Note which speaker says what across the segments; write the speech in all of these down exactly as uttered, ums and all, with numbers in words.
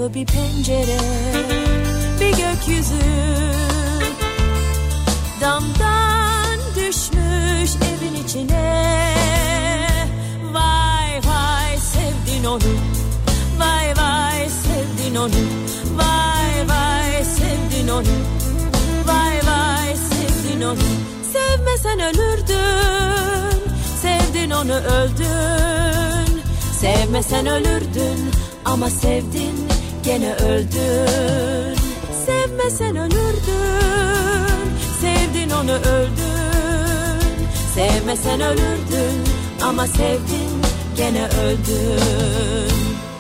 Speaker 1: kapı, bir pencere, bir gökyüzü. Damdan düşmüş evin içine. Vay vay sevdin onu. Vay vay sevdin onu. Vay vay sevdin onu. Vay vay sevdin onu. Sevmesen ölürdün. Sevdin onu, öldün. Sevmesen ölürdün ama sevdin gene öldün. Sevmesen ölürdün. Sevdin onu, öldün. Sevmesen ölürdün ama sevdin gene öldün.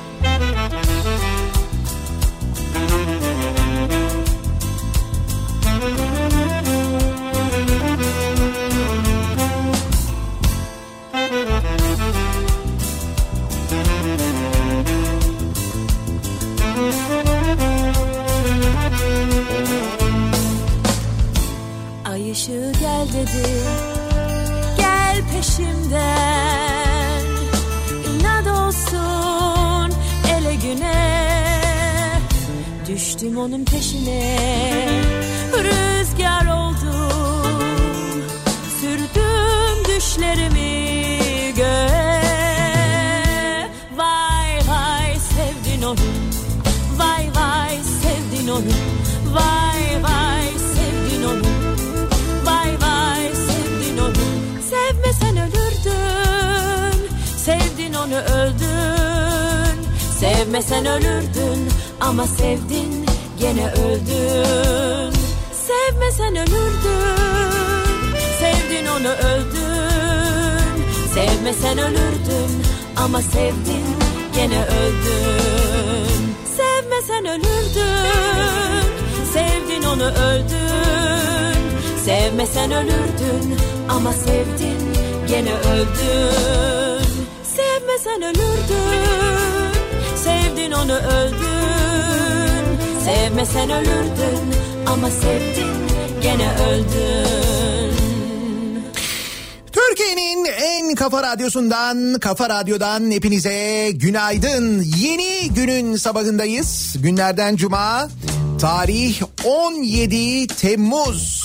Speaker 1: Ay ışığı gel dedi, gel peşimden. İnat olsun ele güne. Düştüm onun peşine, rüzgar oldum. Sürdüm düşlerimi göğe. Vay vay sevdin onu. Vay vay sevdin onu. Vay vay sevdin onu. Vay vay sevdin onu. Sevmesen ölürdün. Sevdin onu, öldün. Sevmesen ölürdün ama sevdin gene öldün. Sevmesen ölürdün. Sevdin onu, öldün. Sevmesen ölürdün ama sevdin gene öldün. Sevmesen ölürdün. Sevdin onu, öldün. Sevmesen ölürdün ama sevdin gene öldün. Sevmesen ölürdün. Sevdin onu, öldün. Sevmesen ölürdün ama sevdin gene öldün.
Speaker 2: Türkiye'nin en kafa radyosundan, Kafa Radyo'dan hepinize günaydın. Yeni günün sabahındayız. Günlerden cuma, tarih on yedi Temmuz.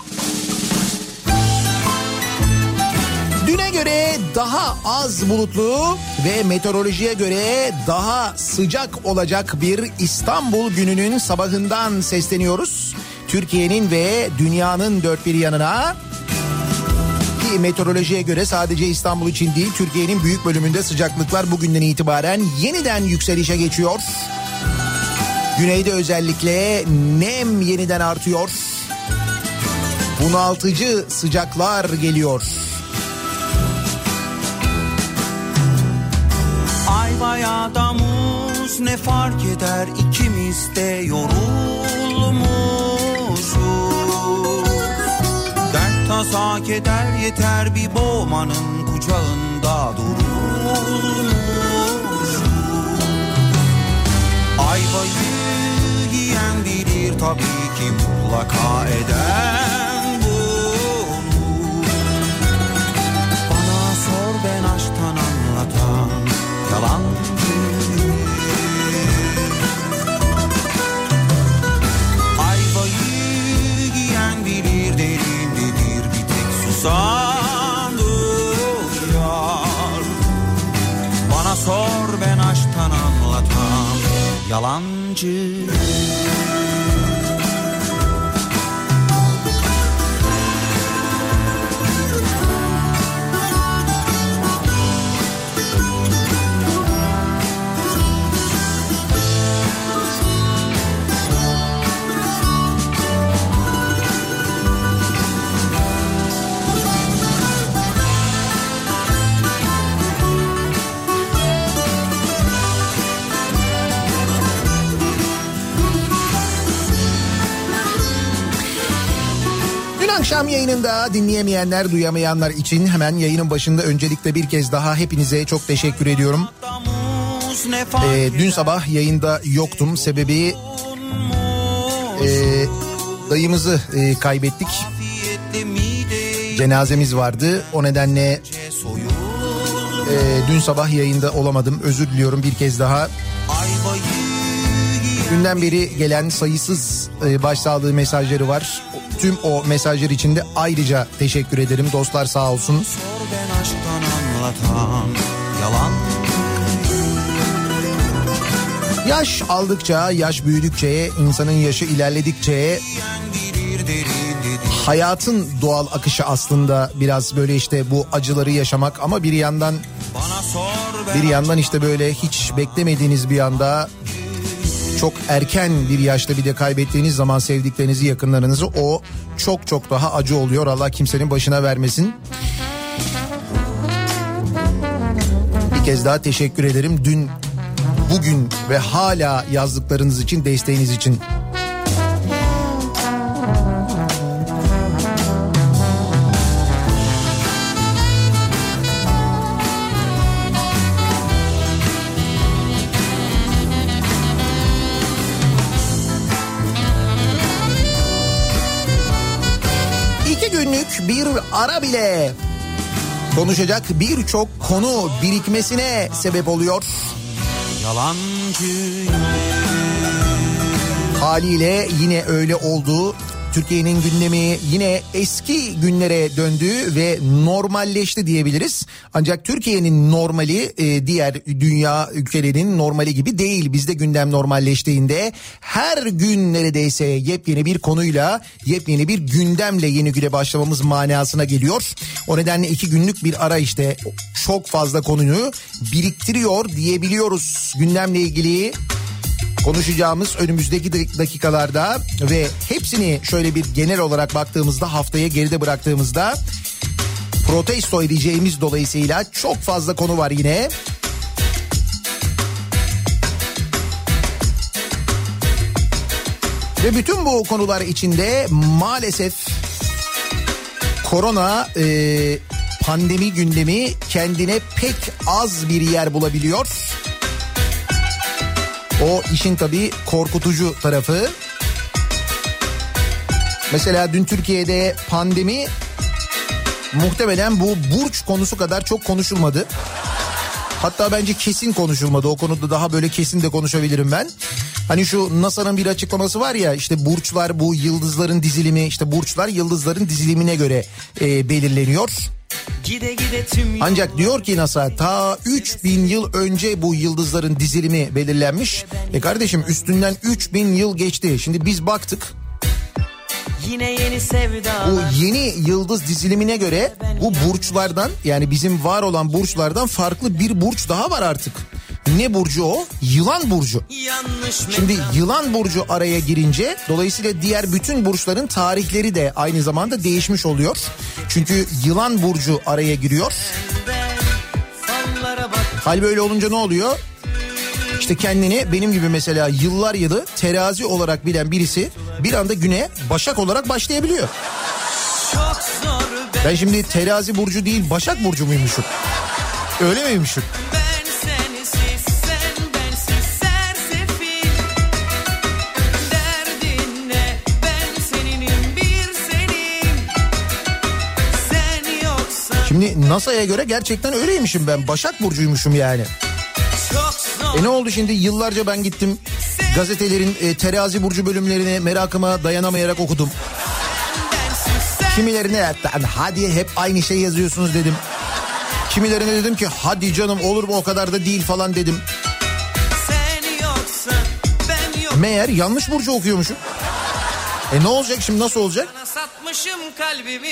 Speaker 2: Düne göre daha az bulutlu ve meteorolojiye göre daha sıcak olacak bir İstanbul gününün sabahından sesleniyoruz. Türkiye'nin ve dünyanın dört bir yanına. Ki meteorolojiye göre sadece İstanbul için değil, Türkiye'nin büyük bölümünde sıcaklıklar bugünden itibaren yeniden yükselişe geçiyor. Güneyde özellikle nem yeniden artıyor. Bunaltıcı sıcaklar geliyor.
Speaker 3: Ayva ya da muz ne fark eder, ikimiz de yorulmuşuz. Dert tasa keder yeter, bir boğmanın kucağında durulmuş. Ayvayı yiyen bilir tabii ki, mutlaka eden bunu. Bana sor, ben aşktan anlatan yalancı. Ayvayı yiyen bilir, derindedir bir tek susandır yar. Bana sor, ben aşktan anlatan yalancı.
Speaker 2: Akşam yayınında dinleyemeyenler, duyamayanlar için hemen yayının başında öncelikle bir kez daha hepinize çok teşekkür ediyorum. Ee, dün sabah yayında yoktum. Sebebi e, dayımızı e, kaybettik. Cenazemiz vardı. O nedenle e, dün sabah yayında olamadım. Özür diliyorum bir kez daha. Dünden beri gelen sayısız başsağlığı mesajları var. Tüm o mesajlar için de ayrıca teşekkür ederim. Dostlar sağ olsun.
Speaker 3: Sor ben aşktan anlatan yalan.
Speaker 2: Yaş aldıkça, yaş büyüdükçe, insanın yaşı ilerledikçe hayatın doğal akışı aslında biraz böyle işte bu acıları yaşamak ama bir yandan bir yandan işte böyle hiç beklemediğiniz bir anda çok erken bir yaşta bir de kaybettiğiniz zaman sevdiklerinizi, yakınlarınızı o çok çok daha acı oluyor. Allah kimsenin başına vermesin. Bir kez daha teşekkür ederim. Dün, bugün ve hala yazdıklarınız için, desteğiniz için. İki günlük bir ara bile konuşacak birçok konu birikmesine sebep oluyor.
Speaker 3: Yalancı.
Speaker 2: Haliyle yine öyle oldu. Türkiye'nin gündemi yine eski günlere döndü ve normalleşti diyebiliriz. Ancak Türkiye'nin normali diğer dünya ülkelerinin normali gibi değil. Bizde gündem normalleştiğinde her gün neredeyse yepyeni bir konuyla, yepyeni bir gündemle yeni güne başlamamız manasına geliyor. O nedenle iki günlük bir ara işte çok fazla konuyu biriktiriyor diyebiliyoruz. Gündemle ilgili konuşacağımız önümüzdeki dakikalarda ve hepsini şöyle bir genel olarak baktığımızda, haftaya geride bıraktığımızda protesto edeceğimiz dolayısıyla çok fazla konu var yine. Ve bütün bu konular içinde maalesef korona e, pandemi gündemi kendine pek az bir yer bulabiliyor. O işin tabii korkutucu tarafı. Mesela dün Türkiye'de pandemi muhtemelen bu burç konusu kadar çok konuşulmadı. Hatta bence kesin konuşulmadı. O konuda daha böyle kesin de konuşabilirim ben. Hani şu NASA'nın bir açıklaması var ya, işte burçlar, bu yıldızların dizilimi, işte burçlar yıldızların dizilimine göre e, belirleniyor. Gide gide tüm Ancak diyor ki NASA ta üç bin yıl önce bu yıldızların dizilimi belirlenmiş. E kardeşim üstünden üç bin yıl geçti. Şimdi biz baktık. Yine yeni sevdalar. Bu yeni yıldız dizilimine göre bu burçlardan, yani bizim var olan burçlardan farklı bir burç daha var artık. Ne burcu o? Yılan burcu. Şimdi yılan burcu araya girince dolayısıyla diğer bütün burçların tarihleri de aynı zamanda değişmiş oluyor. Çünkü yılan burcu araya giriyor. Hal böyle olunca ne oluyor? İşte kendini benim gibi mesela yıllar yılı terazi olarak bilen birisi bir anda güne Başak olarak başlayabiliyor. Ben şimdi terazi burcu değil Başak burcu muymuşum? Öyle miymişim? Şimdi NASA'ya göre gerçekten öyleymişim ben. Başak burcuymuşum yani. E ne oldu şimdi? Yıllarca ben gittim gazetelerin e, terazi burcu bölümlerini merakıma dayanamayarak okudum. Kimilerine hadi hep aynı şey yazıyorsunuz dedim. Kimilerine dedim ki hadi canım olur mu o kadar da değil falan dedim. Meğer yanlış burcu okuyormuşum. E ne olacak şimdi, nasıl olacak? Satmışım kalbimi.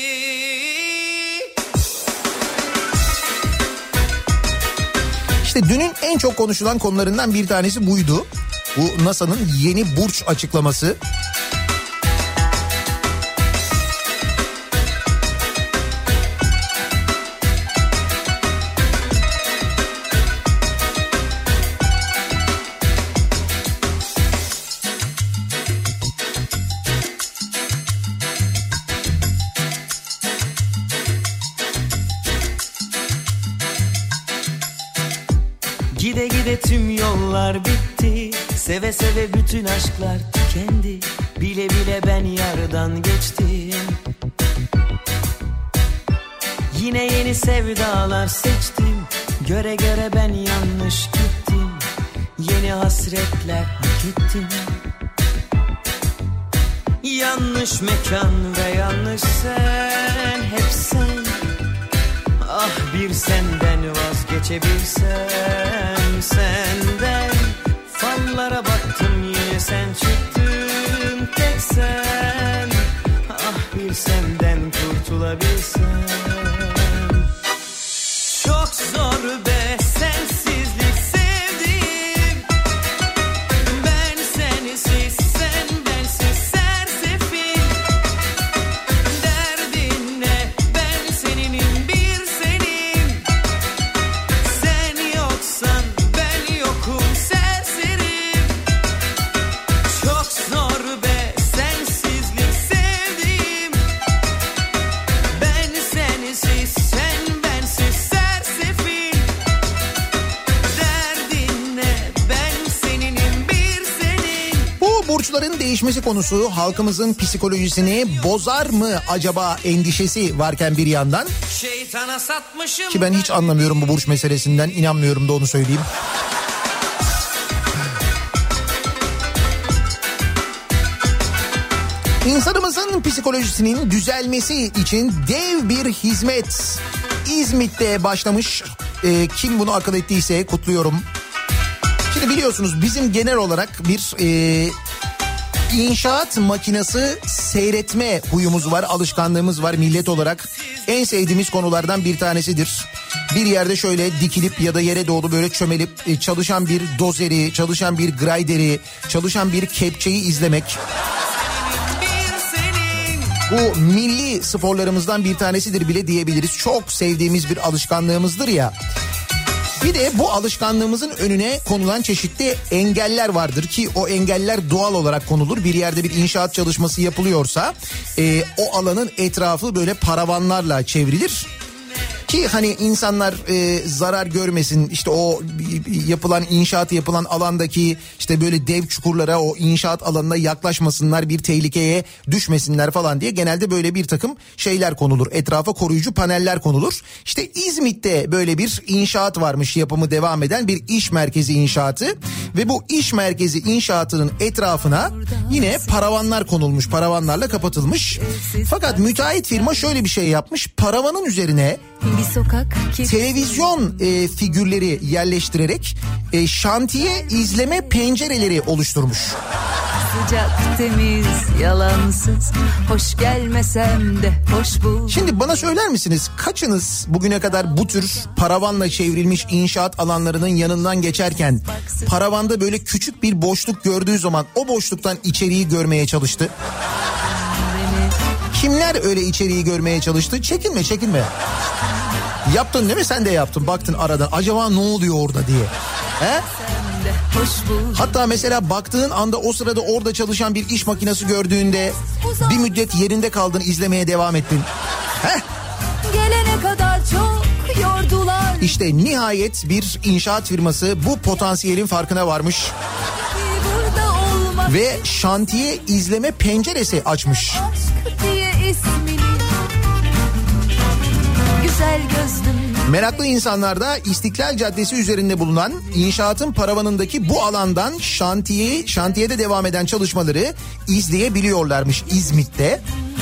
Speaker 2: İşte dünün en çok konuşulan konularından bir tanesi buydu. Bu NASA'nın yeni burç açıklaması.
Speaker 4: Gide gide tüm yollar bitti, seve seve bütün aşklar tükendi, bile bile ben yardan geçtim. Yine yeni sevdalar seçtim, göre göre ben yanlış gittim. Yeni hasretler hak gittin. Yanlış mekan ve yanlış sen, hep sen. Ah bir senden vazgeçebilsem, senden. Fallara baktım yine sen çıktın, tek sen. Ah bir senden kurtulabilsem. Çok zor be sensizlik sevdiğim. Ben sensiz, sen bensiz sersefil. Derdin ne? Ben seninim, bir senin. Sen yoksan ben yokum, serserim. Çok zor be sensizlik sevdiğim. Ben sensiz, sen bensiz sersefil. Derdin ne? Ben seninim, bir senin.
Speaker 2: Bu burçların değişmesi konusu halkımızın psikolojisini bozar mı acaba endişesi varken bir yandan,
Speaker 4: Şeytana satmışım.
Speaker 2: ki ben hiç anlamıyorum bu burç meselesinden, inanmıyorum da onu söyleyeyim. İnsanımızın psikolojisinin düzelmesi için dev bir hizmet İzmit'te başlamış. Ee, kim bunu akıl ettiyse kutluyorum. Şimdi biliyorsunuz bizim genel olarak bir e, inşaat makinesi seyretme huyumuz var, alışkanlığımız var millet olarak. En sevdiğimiz konulardan bir tanesidir. Bir yerde şöyle dikilip ya da yere doğru böyle çömelip e, çalışan bir dozeri, çalışan bir grayderi, çalışan bir kepçeyi izlemek. Bu milli sporlarımızdan bir tanesidir bile diyebiliriz. Çok sevdiğimiz bir alışkanlığımızdır ya. Bir de bu alışkanlığımızın önüne konulan çeşitli engeller vardır ki o engeller doğal olarak konulur. Bir yerde bir inşaat çalışması yapılıyorsa e, o alanın etrafı böyle paravanlarla çevrilir. Ki hani insanlar e, zarar görmesin, işte o yapılan inşaat yapılan alandaki işte böyle dev çukurlara, o inşaat alanına yaklaşmasınlar, bir tehlikeye düşmesinler falan diye genelde böyle bir takım şeyler konulur. Etrafa koruyucu paneller konulur. İşte İzmit'te böyle bir inşaat varmış, yapımı devam eden bir iş merkezi inşaatı ve bu iş merkezi inşaatının etrafına yine paravanlar konulmuş, paravanlarla kapatılmış. Fakat müteahhit firma şöyle bir şey yapmış, paravanın üzerine
Speaker 1: Bir sokak ki...
Speaker 2: televizyon e, figürleri yerleştirerek e, şantiye izleme pencereleri oluşturmuş.
Speaker 1: Sıcak, temiz, yalansız, hoş gelmesem de hoş bul.
Speaker 2: Şimdi bana söyler misiniz, kaçınız bugüne kadar bu tür paravanla çevrilmiş inşaat alanlarının yanından geçerken paravanda böyle küçük bir boşluk gördüğü zaman o boşluktan içeriği görmeye çalıştı? Kimler öyle içeriği görmeye çalıştı? Çekinme çekinme. Yaptın değil mi? Sen de yaptın. Baktın aradan. Acaba ne oluyor orada diye. He? Hatta mesela baktığın anda o sırada orada çalışan bir iş makinesi gördüğünde bir müddet yerinde kaldın, izlemeye devam ettin. He?
Speaker 1: Gelene kadar çok yordular.
Speaker 2: İşte nihayet bir inşaat firması bu potansiyelin farkına varmış. Ve şantiye izleme penceresi açmış. Meraklı insanlar da İstiklal Caddesi üzerinde bulunan inşaatın paravanındaki bu alandan şantiye, şantiyede devam eden çalışmaları izleyebiliyorlarmış İzmit'te.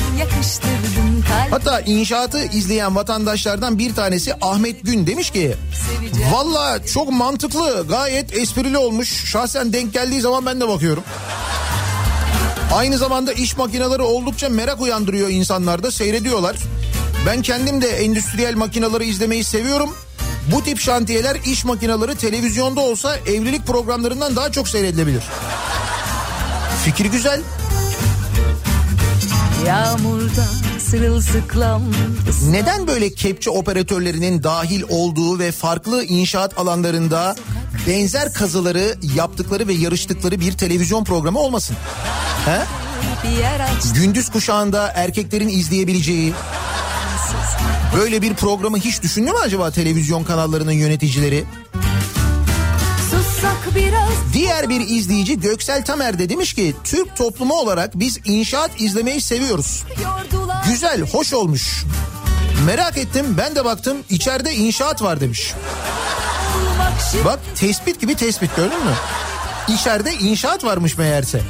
Speaker 2: Hatta inşaatı izleyen vatandaşlardan bir tanesi Ahmet Gün demiş ki valla çok mantıklı, gayet esprili olmuş, şahsen denk geldiği zaman ben de bakıyorum. Aynı zamanda iş makineleri oldukça merak uyandırıyor insanlarda, seyrediyorlar. Ben kendim de endüstriyel makineleri izlemeyi seviyorum. Bu tip şantiyeler, iş makineleri televizyonda olsa evlilik programlarından daha çok seyredilebilir. Fikir güzel.
Speaker 1: Yağmurda sırılsıklam.
Speaker 2: Neden böyle kepçe operatörlerinin dahil olduğu ve farklı inşaat alanlarında benzer kazıları yaptıkları ve yarıştıkları bir televizyon programı olmasın? He? Gündüz kuşağında erkeklerin izleyebileceği böyle bir programı hiç düşündü mü acaba televizyon kanallarının yöneticileri? Diğer bir izleyici Göksel Tamer de demiş ki Türk toplumu olarak biz inşaat izlemeyi seviyoruz. Güzel, hoş olmuş. Merak ettim, ben de baktım, içeride inşaat var demiş. Bak, tespit gibi tespit, gördün mü? İçeride inşaat varmış meğerse.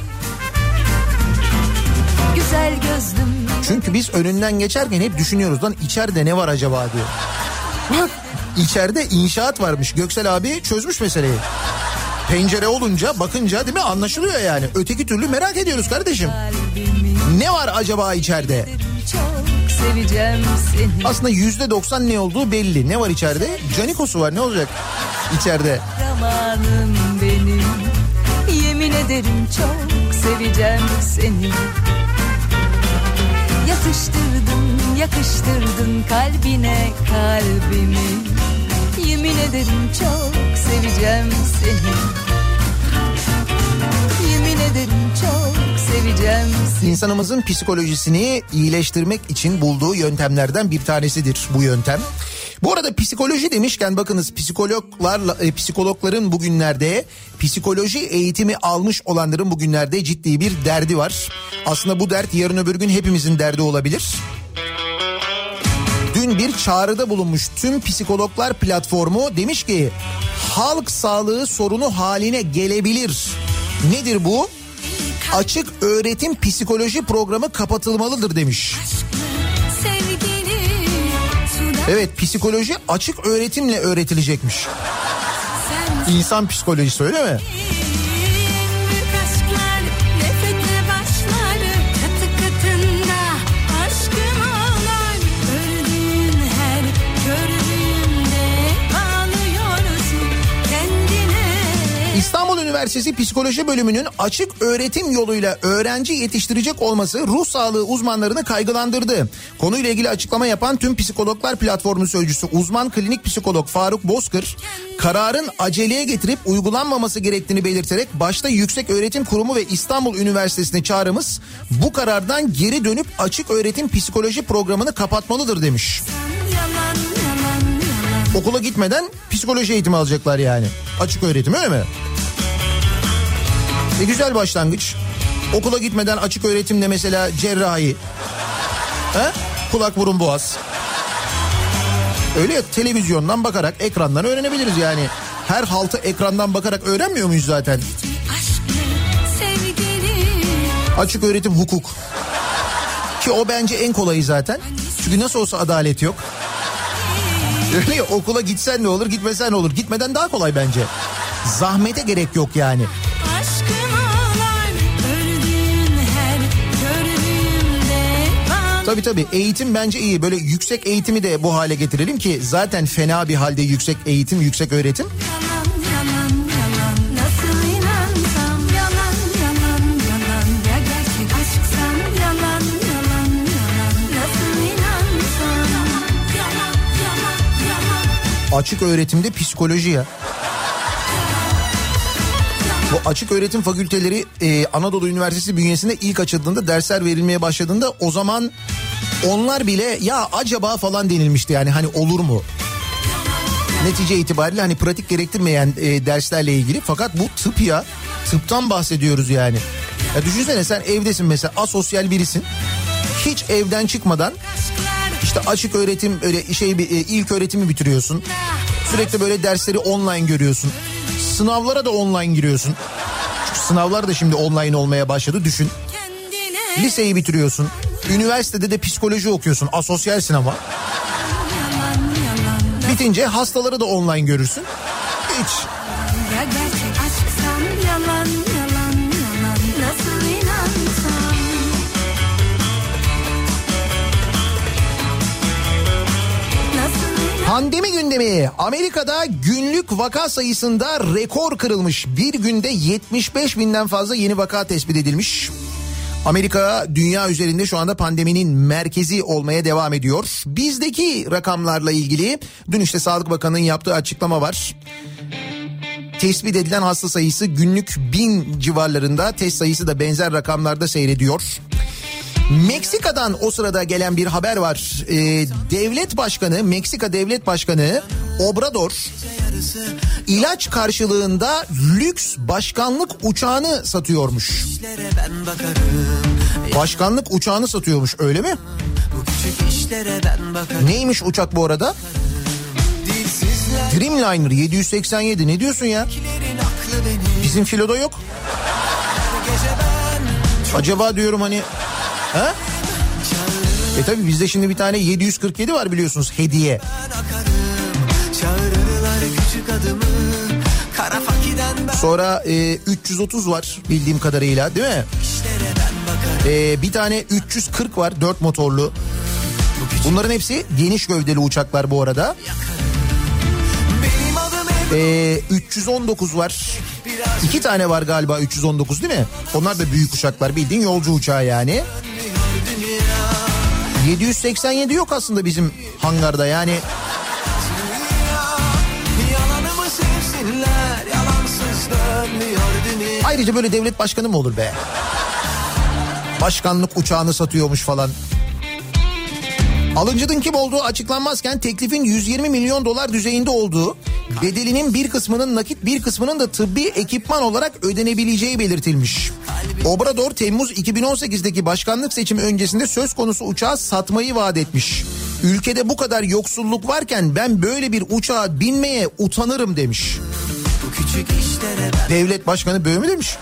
Speaker 1: Güzel gözlüm.
Speaker 2: Çünkü biz önünden geçerken hep düşünüyoruz lan içeride ne var acaba diye. Bak içeride inşaat varmış. Göksel abi çözmüş meseleyi. Pencere olunca bakınca değil mi anlaşılıyor yani. Öteki türlü merak ediyoruz kardeşim. Ne var acaba içeride?
Speaker 1: Çok seveceğim seni.
Speaker 2: Aslında yüzde doksan ne olduğu belli. Ne var içeride? Canikosu var, ne olacak içeride?
Speaker 1: Zamanım benim. Yemin ederim çok seveceğim seni. Yatıştırdın, yakıştırdın kalbine kalbimi. Yemin ederim çok seveceğim seni. Yemin ederim çok seveceğim seni.
Speaker 2: İnsanımızın psikolojisini iyileştirmek için bulduğu yöntemlerden bir tanesidir bu yöntem. Bu arada psikoloji demişken bakınız psikologlarla e, psikologların bugünlerde psikoloji eğitimi almış olanların bugünlerde ciddi bir derdi var. Aslında bu dert yarın öbür gün hepimizin derdi olabilir. Dün bir çağrıda bulunmuş tüm psikologlar platformu demiş ki halk sağlığı sorunu haline gelebilir. Nedir bu? Açık öğretim psikoloji programı kapatılmalıdır demiş. Evet, psikoloji açık öğretimle öğretilecekmiş. İnsan psikolojisi, öyle mi? İstanbul Üniversitesi Psikoloji Bölümünün açık öğretim yoluyla öğrenci yetiştirecek olması ruh sağlığı uzmanlarını kaygılandırdı. Konuyla ilgili açıklama yapan Tüm Psikologlar Platformu sözcüsü uzman klinik psikolog Faruk Bozkır, kararın aceleye getirip uygulanmaması gerektiğini belirterek başta Yüksek Öğretim Kurumu ve İstanbul Üniversitesi'ne çağrımız bu karardan geri dönüp açık öğretim psikoloji programını kapatmalıdır demiş. Okula gitmeden psikoloji eğitimi alacaklar yani. Açık öğretim, öyle mi? E güzel başlangıç. Okula gitmeden açık öğretimle mesela cerrahi, he? Kulak burun boğaz. Öyle ya, televizyondan bakarak, ekrandan öğrenebiliriz yani. Her haltı ekrandan bakarak öğrenmiyor muyuz zaten? Açık öğretim hukuk. Ki o bence en kolayı zaten. Çünkü nasıl olsa adalet yok. Öyle ya, okula gitsen ne olur, gitmesen ne olur. Gitmeden daha kolay bence. Zahmete gerek yok yani. Tabii tabii, eğitim bence iyi. Böyle yüksek eğitimi de bu hale getirelim ki zaten fena bir halde yüksek eğitim, yüksek öğretim. Açık öğretimde psikoloji ya. Bu açık öğretim fakülteleri e, Anadolu Üniversitesi bünyesinde ilk açıldığında, dersler verilmeye başladığında o zaman onlar bile ya acaba falan denilmişti yani, hani olur mu? Netice itibariyle hani pratik gerektirmeyen e, derslerle ilgili, fakat bu tıp ya, tıptan bahsediyoruz yani. Ya düşünsene, sen evdesin mesela, asosyal birisin, hiç evden çıkmadan işte açık öğretim öyle şey bir ilk öğretimi bitiriyorsun. Sürekli böyle dersleri online görüyorsun. Sınavlara da online giriyorsun. Çünkü sınavlar da şimdi online olmaya başladı, düşün. Liseyi bitiriyorsun. Üniversitede de psikoloji okuyorsun. Asosyalsin ama. Bitince hastaları da online görürsün. Hiç. Ya gerçek aşksan yalan yalan yalan nasıl inansam. Pandemi gündemi. Amerika'da günlük vaka sayısında rekor kırılmış. Bir günde yetmiş beş binden fazla yeni vaka tespit edilmiş. Amerika dünya üzerinde şu anda pandeminin merkezi olmaya devam ediyor. Bizdeki rakamlarla ilgili dün işte Sağlık Bakanı'nın yaptığı açıklama var. Tespit edilen hasta sayısı günlük bin civarlarında, test sayısı da benzer rakamlarda seyrediyor. Meksika'dan o sırada gelen bir haber var. Ee, devlet başkanı, Meksika devlet başkanı Obrador ilaç karşılığında lüks başkanlık uçağını satıyormuş. Başkanlık uçağını satıyormuş, öyle mi? Neymiş uçak bu arada? Dreamliner yedi yüz seksen yedi, ne diyorsun ya? Bizim filoda yok. Acaba diyorum hani... Ha? E tabi bizde şimdi bir tane yedi yüz kırk yedi var biliyorsunuz, hediye. Sonra e, üç yüz otuz var bildiğim kadarıyla, değil mi? E, bir tane üç yüz kırk var, dört motorlu. Bunların hepsi geniş gövdeli uçaklar bu arada. E, üç yüz on dokuz var. İki tane var galiba üç yüz on dokuz, değil mi? Onlar da büyük uçaklar, bildiğin yolcu uçağı yani. yedi yüz seksen yedi yok aslında bizim hangarda yani. Ayrıca böyle devlet başkanı mı olur be? Başkanlık uçağını satıyormuş falan. Alıcının kim olduğu açıklanmazken teklifin yüz yirmi milyon dolar düzeyinde olduğu, bedelinin bir kısmının nakit bir kısmının da tıbbi ekipman olarak ödenebileceği belirtilmiş. Obrador Temmuz iki bin on sekizdeki başkanlık seçimi öncesinde söz konusu uçağı satmayı vaat etmiş. Ülkede bu kadar yoksulluk varken ben böyle bir uçağa binmeye utanırım demiş. Devlet başkanı böyle mi demiş?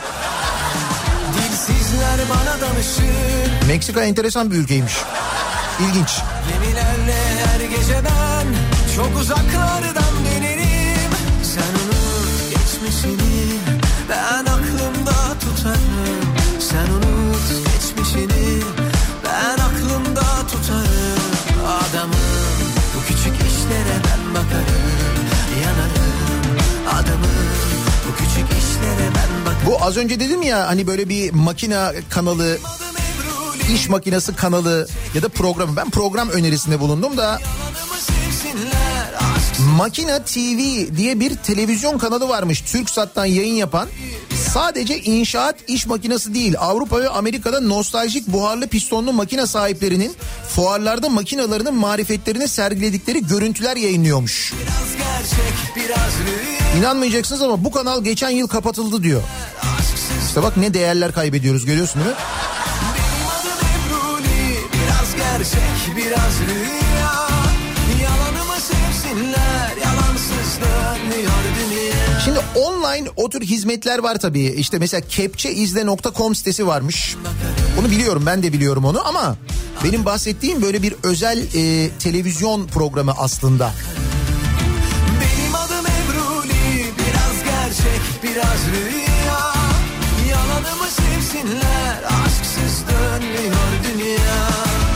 Speaker 2: Bana Meksika enteresan bir ülkeymiş. İlginç. Gemilerle her gece ben çok uzaklardan dönerim. Sen unut geçmişini, ben aklımda tutarım. Sen unut geçmişini, ben aklımda tutarım. Adamım, bu küçük işlere ben bakarım, yanarım. Adamım, bu küçük işlere ben bakarım. Bu az önce dedim ya hani böyle bir makina kanalı, İş makinesi kanalı ya da programı, ben program önerisinde bulundum da Makina T V diye bir televizyon kanalı varmış, TürkSat'tan yayın yapan. Sadece inşaat iş makinesi değil, Avrupa ve Amerika'da nostaljik buharlı pistonlu makine sahiplerinin fuarlarda makinalarının marifetlerini sergiledikleri görüntüler yayınlıyormuş. İnanmayacaksınız ama bu kanal geçen yıl kapatıldı diyor. İşte bak ne değerler kaybediyoruz, görüyorsun değil mi? Gerçek biraz rüya, yalanımı sevsinler, yalansız dönüyor dünya. Şimdi online o tür hizmetler var tabii. İşte mesela kepçeizle nokta com sitesi varmış. Onu biliyorum, ben de biliyorum onu, ama benim bahsettiğim böyle bir özel e, televizyon programı aslında. Benim adım Ebruli, biraz gerçek biraz rüya, yalanımı sevsinler, aşksız dönüyor dünya.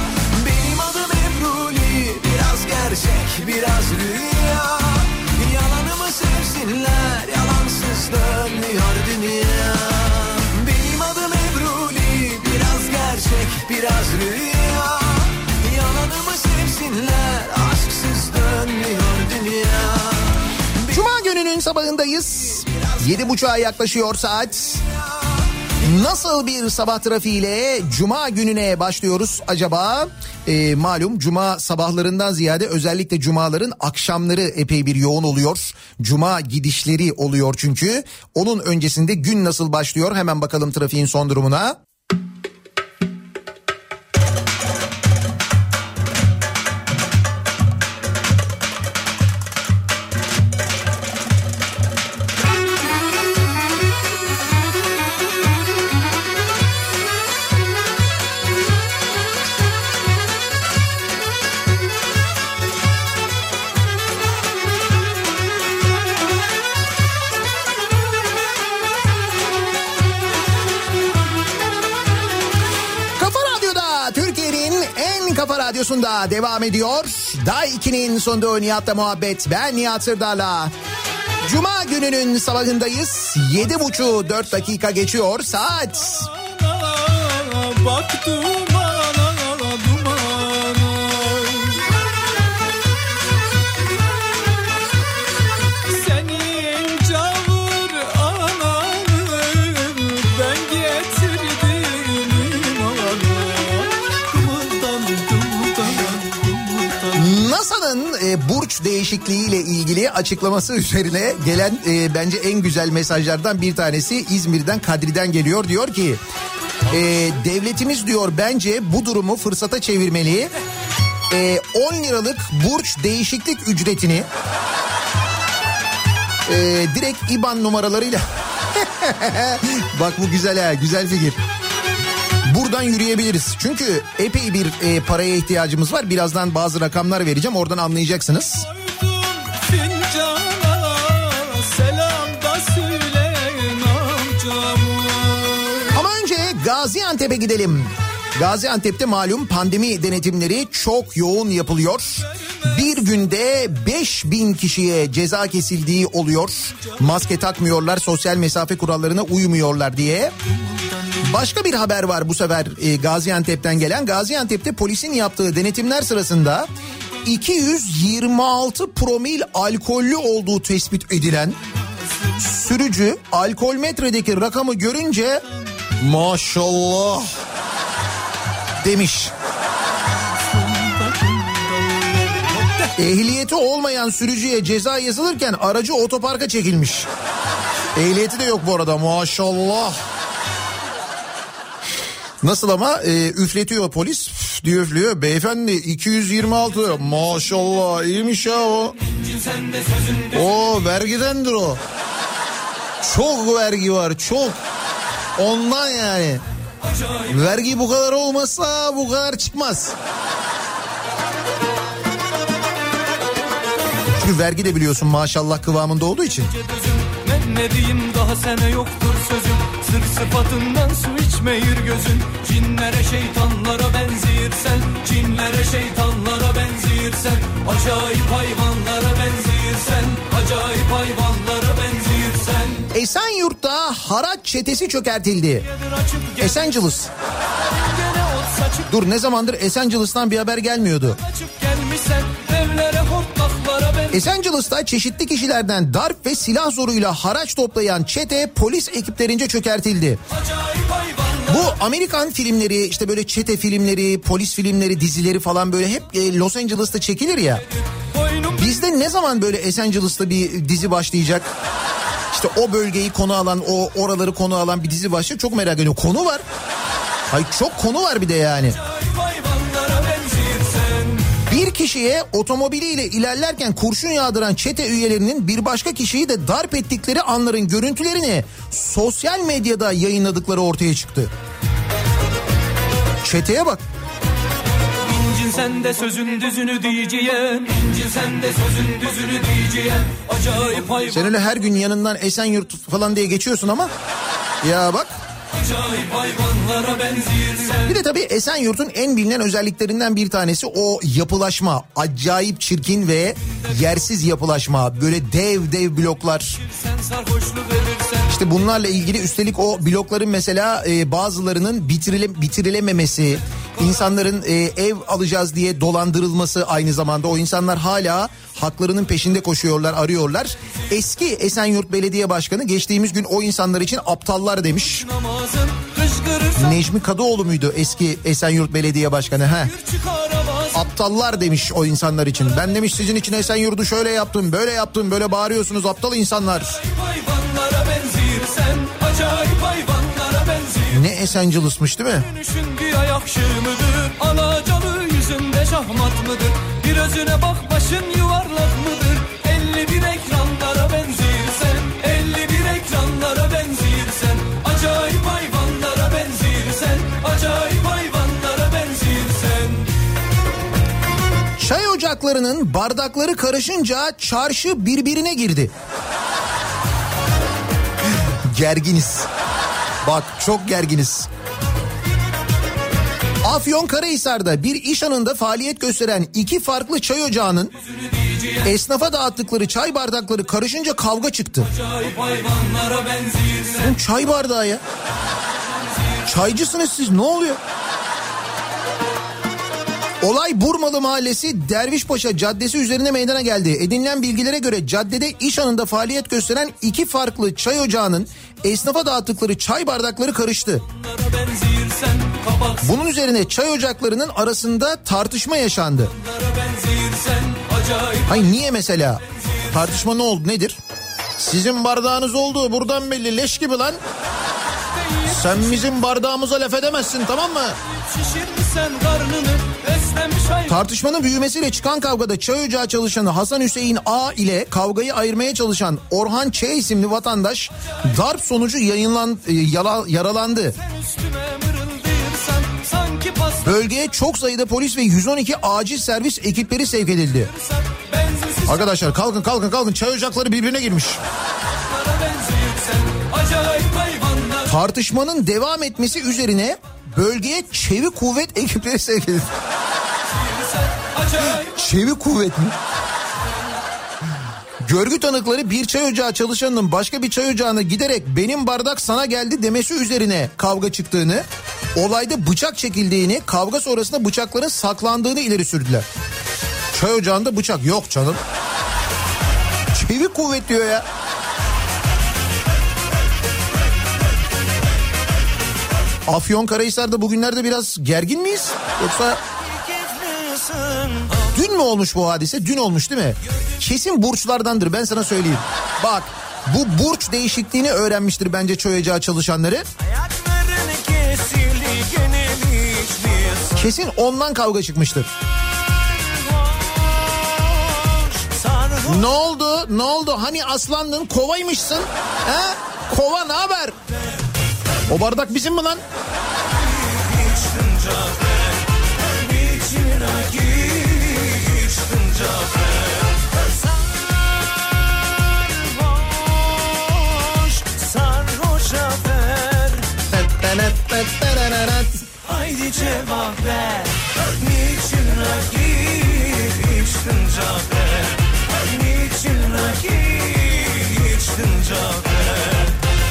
Speaker 2: Gerçek biraz rüya, yalanımı sevsinler, yalansız dönüyor dünya. Benim adım Ebruli, biraz gerçek biraz rüya, yalanımı sevsinler, aşksız dönüyor dünya. Cuma gününün sabahındayız, yedi buçuğa yaklaşıyor saat. Nasıl bir sabah trafiğiyle Cuma gününe başlıyoruz acaba? Ee, malum Cuma sabahlarından ziyade özellikle Cumaların akşamları epey bir yoğun oluyor. Cuma gidişleri oluyor çünkü. Onun öncesinde gün nasıl başlıyor? Hemen bakalım trafiğin son durumuna. Radyosunda devam ediyor. Day iki'nin sonunda Nihat'la muhabbet. Ben Nihat Sırdar'la. Cuma gününün sabahındayız. Yedi buçuğu dört dakika geçiyor saat. Bak dumana, dumana. Senin cavur ananı ben getirdim imana. NASA'nın e, burç değişikliğiyle ilgili açıklaması üzerine gelen e, bence en güzel mesajlardan bir tanesi İzmir'den, Kadri'den geliyor. Diyor ki e, devletimiz diyor bence bu durumu fırsata çevirmeli. E, on liralık burç değişiklik ücretini e, direkt İBAN numaralarıyla Bak bu güzel ha, güzel fikir. Buradan yürüyebiliriz. Çünkü epey bir e, paraya ihtiyacımız var. Birazdan bazı rakamlar vereceğim. Oradan anlayacaksınız. Ama önce Gaziantep'e gidelim. Gaziantep'te malum pandemi denetimleri çok yoğun yapılıyor. Bir günde beş bin kişiye ceza kesildiği oluyor. Maske takmıyorlar, sosyal mesafe kurallarına uymuyorlar diye. Başka bir haber var bu sefer e, Gaziantep'ten gelen. Gaziantep'te polisin yaptığı denetimler sırasında iki yüz yirmi altı promil alkollü olduğu tespit edilen sürücü alkol metredeki rakamı görünce maşallah demiş. Ehliyeti olmayan sürücüye ceza yazılırken aracı otoparka çekilmiş. Ehliyeti de yok bu arada, maşallah. Nasıl ama e, üfletiyor polis, üf diyor, üflüyor. Beyefendi iki yüz yirmi altı, maşallah iyiymiş ya o. O vergidendir o. Çok vergi var, çok. Ondan yani. Vergi bu kadar olmazsa bu kadar çıkmaz. Çünkü vergi de biliyorsun maşallah kıvamında olduğu için.
Speaker 5: Ben ne diyeyim daha sana yoktur sözüm. Sır sıfatından su içmeyir gözün. Cinlere şeytanlara benziyirsen, cinlere şeytanlara benziyirsen, acayip hayvanlara benziyirsen, acayip hayvanlara benziyirsen.
Speaker 2: Esenyurt'ta haraç çetesi çökertildi. Esenciles. Dur, ne zamandır Esenciles'tan bir haber gelmiyordu. Esenciles'ta çeşitli kişilerden darp ve silah zoruyla haraç toplayan çete polis ekiplerince çökertildi. Bu Amerikan filmleri, işte böyle çete filmleri, polis filmleri, dizileri falan böyle hep Los Angeles'ta çekilir ya. Bizde ne zaman böyle Esenciles'ta bir dizi başlayacak? İşte o bölgeyi konu alan, o oraları konu alan bir dizi başlıyor. Çok merak ediyorum. Konu var. Hayır, çok konu var bir de yani. Bir kişiye otomobiliyle ilerlerken kurşun yağdıran çete üyelerinin bir başka kişiyi de darp ettikleri anların görüntülerini sosyal medyada yayınladıkları ortaya çıktı. Çeteye bak.
Speaker 5: İncin sen de sözün düzünü diyeceğin, İncin sen de sözün düzünü diyeceğin, acayip hayvan.
Speaker 2: Sen öyle her gün yanından Esenyurt falan diye geçiyorsun ama ya bak.
Speaker 5: Acayip hayvanlara benziyirsen.
Speaker 2: Bir de tabii Esenyurt'un en bilinen özelliklerinden bir tanesi o yapılaşma. Acayip çirkin ve yersiz yapılaşma. Böyle dev dev bloklar. İşte bunlarla ilgili üstelik o blokların mesela e, bazılarının bitirile, bitirilememesi, insanların e, ev alacağız diye dolandırılması, aynı zamanda o insanlar hala haklarının peşinde koşuyorlar, arıyorlar. Eski Esenyurt Belediye Başkanı geçtiğimiz gün o insanlar için aptallar demiş. Necmi Kadıoğlu muydu eski Esenyurt Belediye Başkanı? He. Aptallar demiş o insanlar için. Ben demiş sizin için Esenyurt'u şöyle yaptım, böyle yaptım, böyle bağırıyorsunuz aptal insanlar. Ne Esencilis'miş değil mi?
Speaker 5: Bir özüne bak, başın yuvarlak mıdır? elli bir ekranlara benzirsen, elli bir ekranlara benzirsen, acayip hayvanlara benzirsen, acayip hayvanlara benzirsen.
Speaker 2: Çay ocaklarının bardakları karışınca çarşı birbirine girdi. Gerginiz. Bak çok gerginiz. Afyonkarahisar'da bir iş anında faaliyet gösteren iki farklı çay ocağının esnafa dağıttıkları çay bardakları karışınca kavga çıktı. Oğlum çay bardağı ya. Çaycısınız siz, ne oluyor? Olay Burmalı Mahallesi Dervişpaşa Caddesi üzerine meydana geldi. Edinilen bilgilere göre caddede iş anında faaliyet gösteren iki farklı çay ocağının esnafa dağıttıkları çay bardakları karıştı. Bunun üzerine çay ocaklarının arasında tartışma yaşandı. Hayır, niye mesela? Tartışma ne oldu, nedir? Sizin bardağınız olduğu buradan belli, leş gibi lan. Sen bizim bardağımıza laf edemezsin, tamam mı? Tartışmanın büyümesiyle çıkan kavgada çay ocağı çalışanı Hasan Hüseyin A ile kavgayı ayırmaya çalışan Orhan Ç isimli vatandaş darp sonucu yayınlan, yala, yaralandı. Bölgeye çok sayıda polis ve yüz on iki acil servis ekipleri sevk edildi. Arkadaşlar kalkın kalkın kalkın, çay ocakları birbirine girmiş. Tartışmanın devam etmesi üzerine bölgeye çevik kuvvet ekipleri sevk edildi. Çevik kuvvet mi? Görgü tanıkları bir çay ocağı çalışanının başka bir çay ocağına giderek benim bardak sana geldi demesi üzerine kavga çıktığını, olayda bıçak çekildiğini, kavga sonrasında bıçakların saklandığını ileri sürdüler. Çay ocağında bıçak yok canım. Çevik kuvvet diyor ya. Afyonkarahisar'da bugünlerde biraz gergin miyiz? Yoksa dün mü olmuş bu hadise? Dün olmuş değil mi? Kesin burçlardandır, ben sana söyleyeyim. Bak, bu burç değişikliğini öğrenmiştir bence çay ocağı çalışanları. Kesin ondan kavga çıkmıştır. Ne oldu? Ne oldu? Hani aslandın, kovaymışsın? He? Kova ne haber? O bardak bizim mi lan?
Speaker 4: Haydi cevap ver. Niçin rakip içtin cafer? Niçin rakip içtin cafer?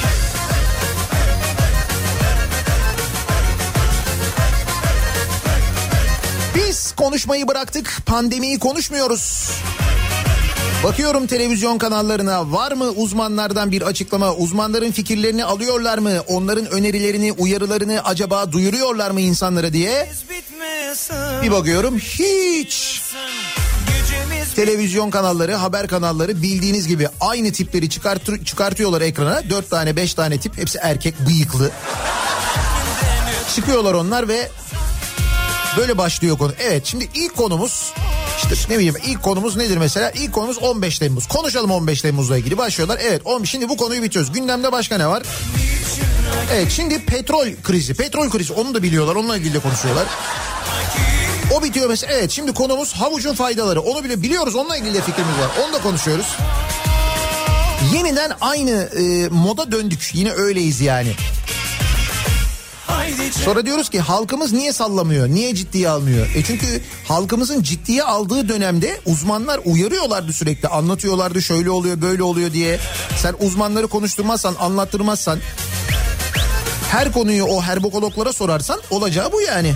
Speaker 2: Biz konuşmayı bıraktık, pandemiyi konuşmuyoruz. Bakıyorum televizyon kanallarına, var mı uzmanlardan bir açıklama? Uzmanların fikirlerini alıyorlar mı? Onların önerilerini, uyarılarını acaba duyuruyorlar mı insanlara diye? Bir bakıyorum, hiç. Televizyon kanalları, haber kanalları bildiğiniz gibi aynı tipleri çıkart- çıkartıyorlar ekrana. Dört tane, beş tane tip, hepsi erkek, bıyıklı. Çıkıyorlar onlar ve böyle başlıyor konu. Evet, şimdi ilk konumuz, işte ne bileyim, ilk konumuz nedir mesela? İlk konumuz on beş Temmuz. Konuşalım on beş Temmuz'la ilgili, başlıyorlar. Evet, on, şimdi bu konuyu bitiriyoruz. Gündemde başka ne var? Evet, şimdi petrol krizi. Petrol krizi, onu da biliyorlar. Onunla ilgili de konuşuyorlar. O bitiyor mesela. Evet, şimdi konumuz havucun faydaları. Onu bile biliyoruz. Onunla ilgili de fikrimiz var. Onu da konuşuyoruz. Yeniden aynı e, moda döndük. Yine öyleyiz yani. Sonra diyoruz ki halkımız niye sallamıyor? Niye ciddiye almıyor? E çünkü halkımızın ciddiye aldığı dönemde uzmanlar uyarıyorlardı sürekli. Anlatıyorlardı, şöyle oluyor, böyle oluyor diye. Sen uzmanları konuşturmazsan, anlattırmazsan, her konuyu o herbokologlara sorarsan olacağı bu yani.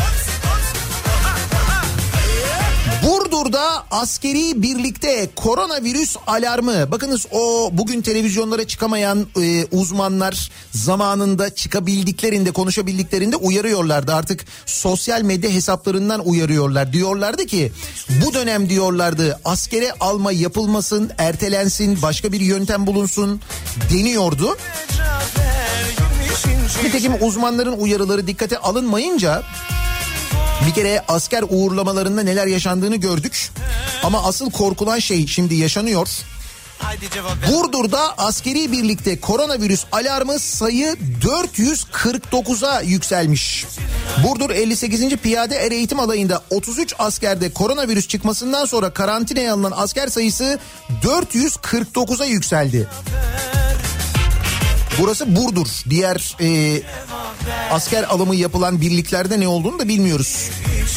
Speaker 2: Burdur'da askeri birlikte koronavirüs alarmı. Bakınız, o bugün televizyonlara çıkamayan e, uzmanlar zamanında çıkabildiklerinde, konuşabildiklerinde uyarıyorlardı. Artık sosyal medya hesaplarından uyarıyorlar. Diyorlardı ki bu dönem, diyorlardı, askere alma yapılmasın, ertelensin, başka bir yöntem bulunsun deniyordu. Nitekim uzmanların uyarıları dikkate alınmayınca bir kere asker uğurlamalarında neler yaşandığını gördük. Ama asıl korkulan şey şimdi yaşanıyor. Burdur'da askeri birlikte koronavirüs alarmı sayı dört yüz kırk dokuza yükselmiş. Burdur elli sekizinci Piyade Er Eğitim Alayı'nda otuz üç askerde koronavirüs çıkmasından sonra karantinaya alınan asker sayısı dört yüz kırk dokuza yükseldi. Burası Burdur. Diğer e, asker alımı yapılan birliklerde ne olduğunu da bilmiyoruz.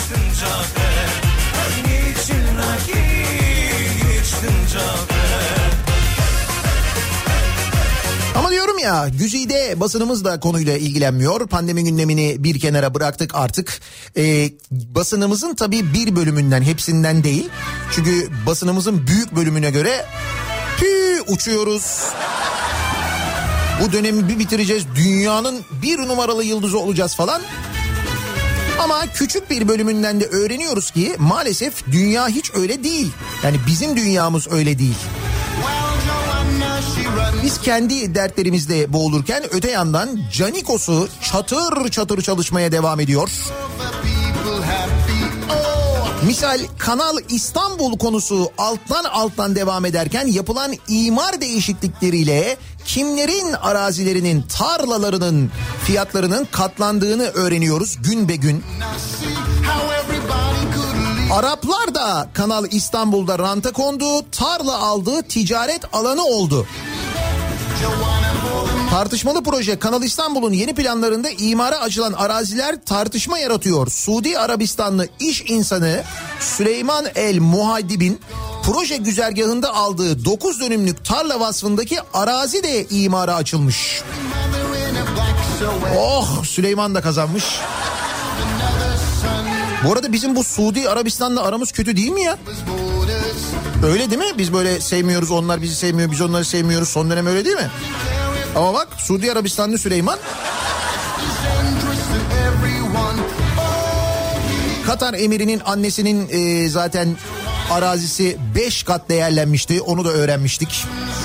Speaker 2: Ama diyorum ya, güzide basınımız da konuyla ilgilenmiyor. Pandemi gündemini bir kenara bıraktık artık. Ee, basınımızın tabii bir bölümünden, hepsinden değil. Çünkü basınımızın büyük bölümüne göre pü uçuyoruz. Bu dönemi bir bitireceğiz, dünyanın bir numaralı yıldızı olacağız falan. Ama küçük bir bölümünden de öğreniyoruz ki maalesef dünya hiç öyle değil. Yani bizim dünyamız öyle değil. Biz kendi dertlerimizle boğulurken öte yandan Canikos'u çatır çatır çalışmaya devam ediyor. Misal Kanal İstanbul konusu alttan alttan devam ederken yapılan imar değişiklikleriyle kimlerin arazilerinin, tarlalarının fiyatlarının katlandığını öğreniyoruz gün be gün. Araplar da Kanal İstanbul'da ranta kondu, tarla aldı, ticaret alanı oldu. Tartışmalı proje Kanal İstanbul'un yeni planlarında imara açılan araziler tartışma yaratıyor. Suudi Arabistanlı iş insanı Süleyman El Muhaddib'in proje güzergahında aldığı dokuz dönümlük tarla vasfındaki arazi de imara açılmış. Oh, Süleyman da kazanmış. Bu arada bizim bu Suudi Arabistan'la aramız kötü değil mi ya? Öyle değil mi? Biz böyle sevmiyoruz, onlar bizi sevmiyor, biz onları sevmiyoruz. Son dönem öyle değil mi? Ama bak Suudi Arabistanlı Süleyman Katar emirinin annesinin e, zaten arazisi beş kat değerlenmişti. Onu da öğrenmiştik.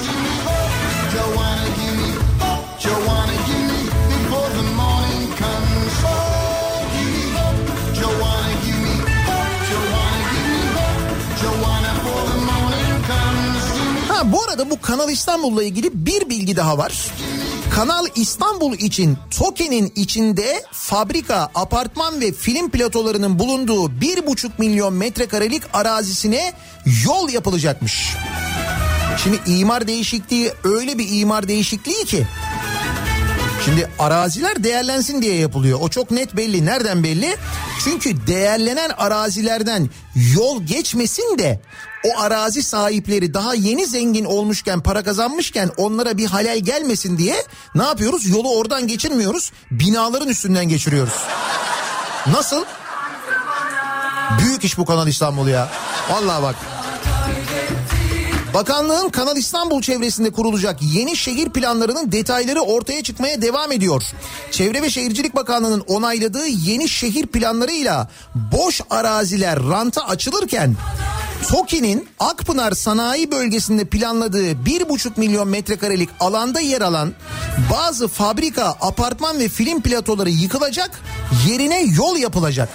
Speaker 2: Ha, bu arada bu Kanal İstanbul'la ilgili bir bilgi daha var. Kanal İstanbul için TOKİ'nin içinde fabrika, apartman ve film platolarının bulunduğu bir buçuk milyon metrekarelik arazisine yol yapılacakmış. Şimdi imar değişikliği öyle bir imar değişikliği ki. Şimdi araziler değerlensin diye yapılıyor. O çok net belli. Nereden belli? Çünkü değerlenen arazilerden yol geçmesin de o arazi sahipleri daha yeni zengin olmuşken, para kazanmışken onlara bir halel gelmesin diye ne yapıyoruz? Yolu oradan geçirmiyoruz. Binaların üstünden geçiriyoruz. Nasıl? Büyük iş bu Kanal İstanbul ya. Vallahi bak. Bakanlığın Kanal İstanbul çevresinde kurulacak yeni şehir planlarının detayları ortaya çıkmaya devam ediyor. Çevre ve Şehircilik Bakanlığı'nın onayladığı yeni şehir planlarıyla boş araziler ranta açılırken TOKİ'nin Akpınar Sanayi Bölgesi'nde planladığı bir buçuk milyon metrekarelik alanda yer alan bazı fabrika, apartman ve film platoları yıkılacak, yerine yol yapılacak.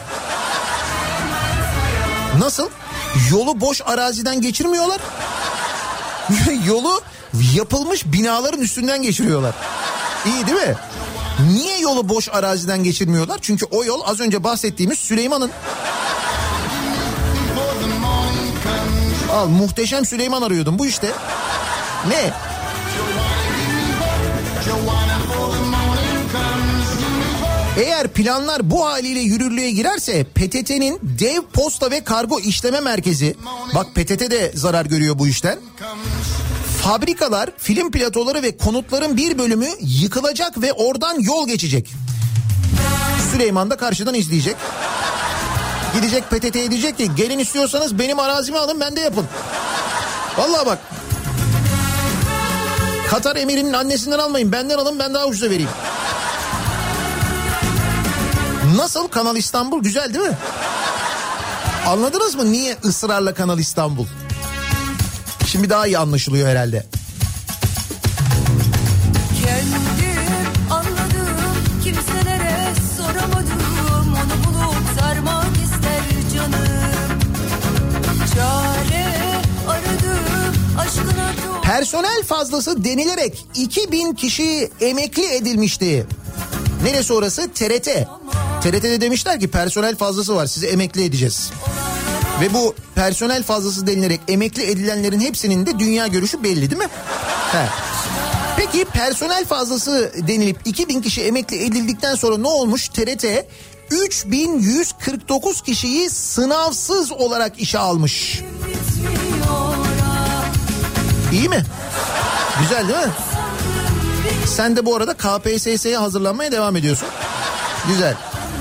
Speaker 2: Nasıl? Yolu boş araziden geçirmiyorlar. Yolu yapılmış binaların üstünden geçiriyorlar. İyi değil mi? Niye yolu boş araziden geçirmiyorlar? Çünkü o yol az önce bahsettiğimiz Süleyman'ın. Al, muhteşem Süleyman arıyordum, bu işte. Ne? Eğer planlar bu haliyle yürürlüğe girerse P T T'nin dev posta ve kargo işleme merkezi, bak P T T de zarar görüyor bu işten. Fabrikalar, film platoları ve konutların bir bölümü yıkılacak ve oradan yol geçecek. Süleyman da karşıdan izleyecek. Gidecek P T T'ye diyecek ki gelin istiyorsanız benim arazimi alın, ben de yapın. Vallahi bak. Katar emirinin annesinden almayın, benden alın, ben daha ucuza vereyim. Nasıl? Kanal İstanbul güzel değil mi? Anladınız mı niye ısrarla Kanal İstanbul? Şimdi daha iyi anlaşılıyor herhalde.
Speaker 1: Kendim anladım, kimselere soramadım. Onu bulup sarmak ister canım. Çare aradım, aşkına doğ-
Speaker 2: Personel fazlası denilerek iki bin kişi emekli edilmişti. Neresi orası? T R T. T R T'de demişler ki personel fazlası var, sizi emekli edeceğiz. Ve bu personel fazlası denilerek emekli edilenlerin hepsinin de dünya görüşü belli değil mi? He. Peki personel fazlası denilip iki bin kişi emekli edildikten sonra ne olmuş? T R T üç bin yüz kırk dokuz kişiyi sınavsız olarak işe almış. İyi mi? Güzel değil mi? Sen de bu arada K P S S'ye hazırlanmaya devam ediyorsun. Güzel.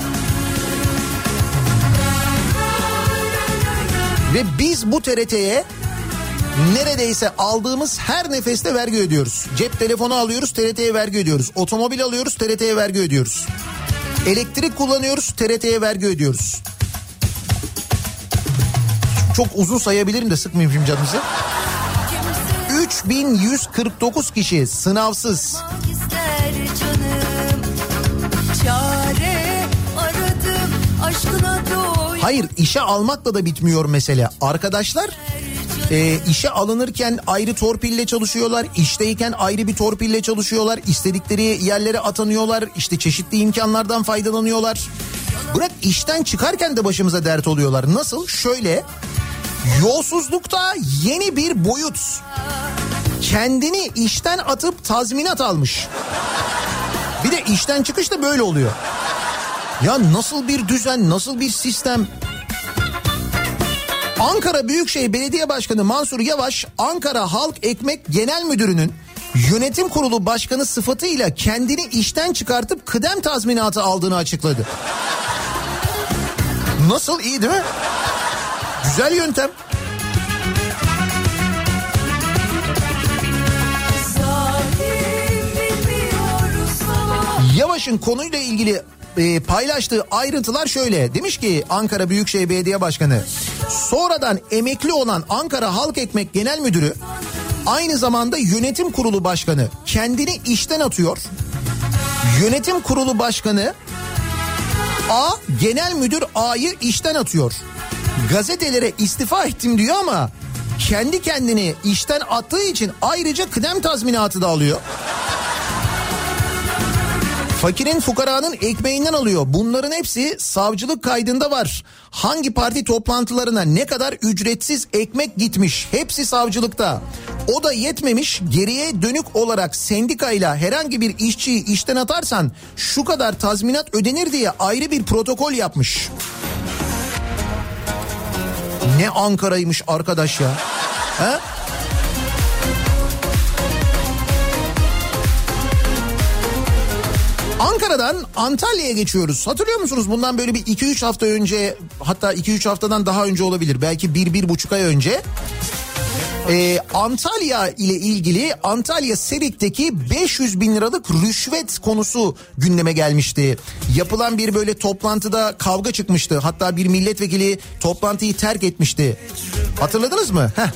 Speaker 2: Ve biz bu T R T'ye neredeyse aldığımız her nefeste vergi ödüyoruz. Cep telefonu alıyoruz, T R T'ye vergi ödüyoruz. Otomobil alıyoruz, T R T'ye vergi ödüyoruz. Elektrik kullanıyoruz, T R T'ye vergi ödüyoruz. Çok uzun sayabilirim de sıkmayayım şimdi canınızı. üç bin yüz kırk dokuz kişi sınavsız. Hayır, işe almakla da bitmiyor mesele. Arkadaşlar e, işe alınırken ayrı torpille çalışıyorlar. İşteyken ayrı bir torpille çalışıyorlar. İstedikleri yerlere atanıyorlar. İşte çeşitli imkanlardan faydalanıyorlar. Bırak işten çıkarken de başımıza dert oluyorlar. Nasıl? Şöyle, yolsuzlukta yeni bir boyut. Kendini işten atıp tazminat almış. Bir de işten çıkış da böyle oluyor. Ya nasıl bir düzen, nasıl bir sistem? Ankara Büyükşehir Belediye Başkanı Mansur Yavaş, Ankara Halk Ekmek Genel Müdürü'nün yönetim kurulu başkanı sıfatıyla kendini işten çıkartıp kıdem tazminatı aldığını açıkladı. Nasıl, iyi değil mi? Güzel yöntem. Yavaş'ın konuyla ilgili e, paylaştığı ayrıntılar şöyle. Demiş ki Ankara Büyükşehir Belediye Başkanı, sonradan emekli olan Ankara Halk Ekmek Genel Müdürü aynı zamanda yönetim kurulu başkanı, kendini işten atıyor. Yönetim kurulu başkanı A, genel müdür A'yı işten atıyor. Gazetelere istifa ettim diyor ama kendi kendini işten attığı için ayrıca kıdem tazminatı da alıyor. Fakirin fukaranın ekmeğinden alıyor. Bunların hepsi savcılık kaydında var. Hangi parti toplantılarına ne kadar ücretsiz ekmek gitmiş, hepsi savcılıkta. O da yetmemiş, geriye dönük olarak sendikayla herhangi bir işçiyi işten atarsan şu kadar tazminat ödenir diye ayrı bir protokol yapmış. Ne Ankara'ymış arkadaş ya. He? Ankara'dan Antalya'ya geçiyoruz. Hatırlıyor musunuz? Bundan böyle bir iki üç hafta önce, hatta iki üç haftadan daha önce olabilir. Belki bir bir buçuk ay önce. Ee, Antalya ile ilgili Antalya Serik'teki beş yüz bin liralık rüşvet konusu gündeme gelmişti. Yapılan bir böyle toplantıda kavga çıkmıştı. Hatta bir milletvekili toplantıyı terk etmişti. Hatırladınız mı? Heh.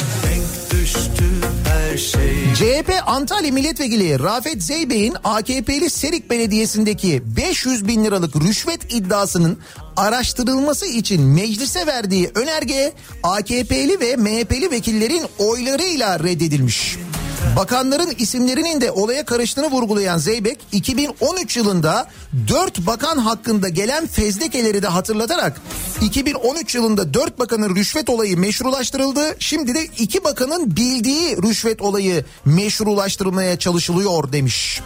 Speaker 2: C H P Antalya Milletvekili Rafet Zeybek'in A K P'li Serik Belediyesi'ndeki beş yüz bin liralık rüşvet iddiasının araştırılması için meclise verdiği önerge A K P'li ve M H P'li vekillerin oylarıyla reddedilmiş. Bakanların isimlerinin de olaya karıştığını vurgulayan Zeybek, iki bin on üç yılında dört bakan hakkında gelen fezlekeleri de hatırlatarak iki bin on üç yılında dört bakanın rüşvet olayı meşrulaştırıldı. Şimdi de iki bakanın bildiği rüşvet olayı meşrulaştırılmaya çalışılıyor demiş.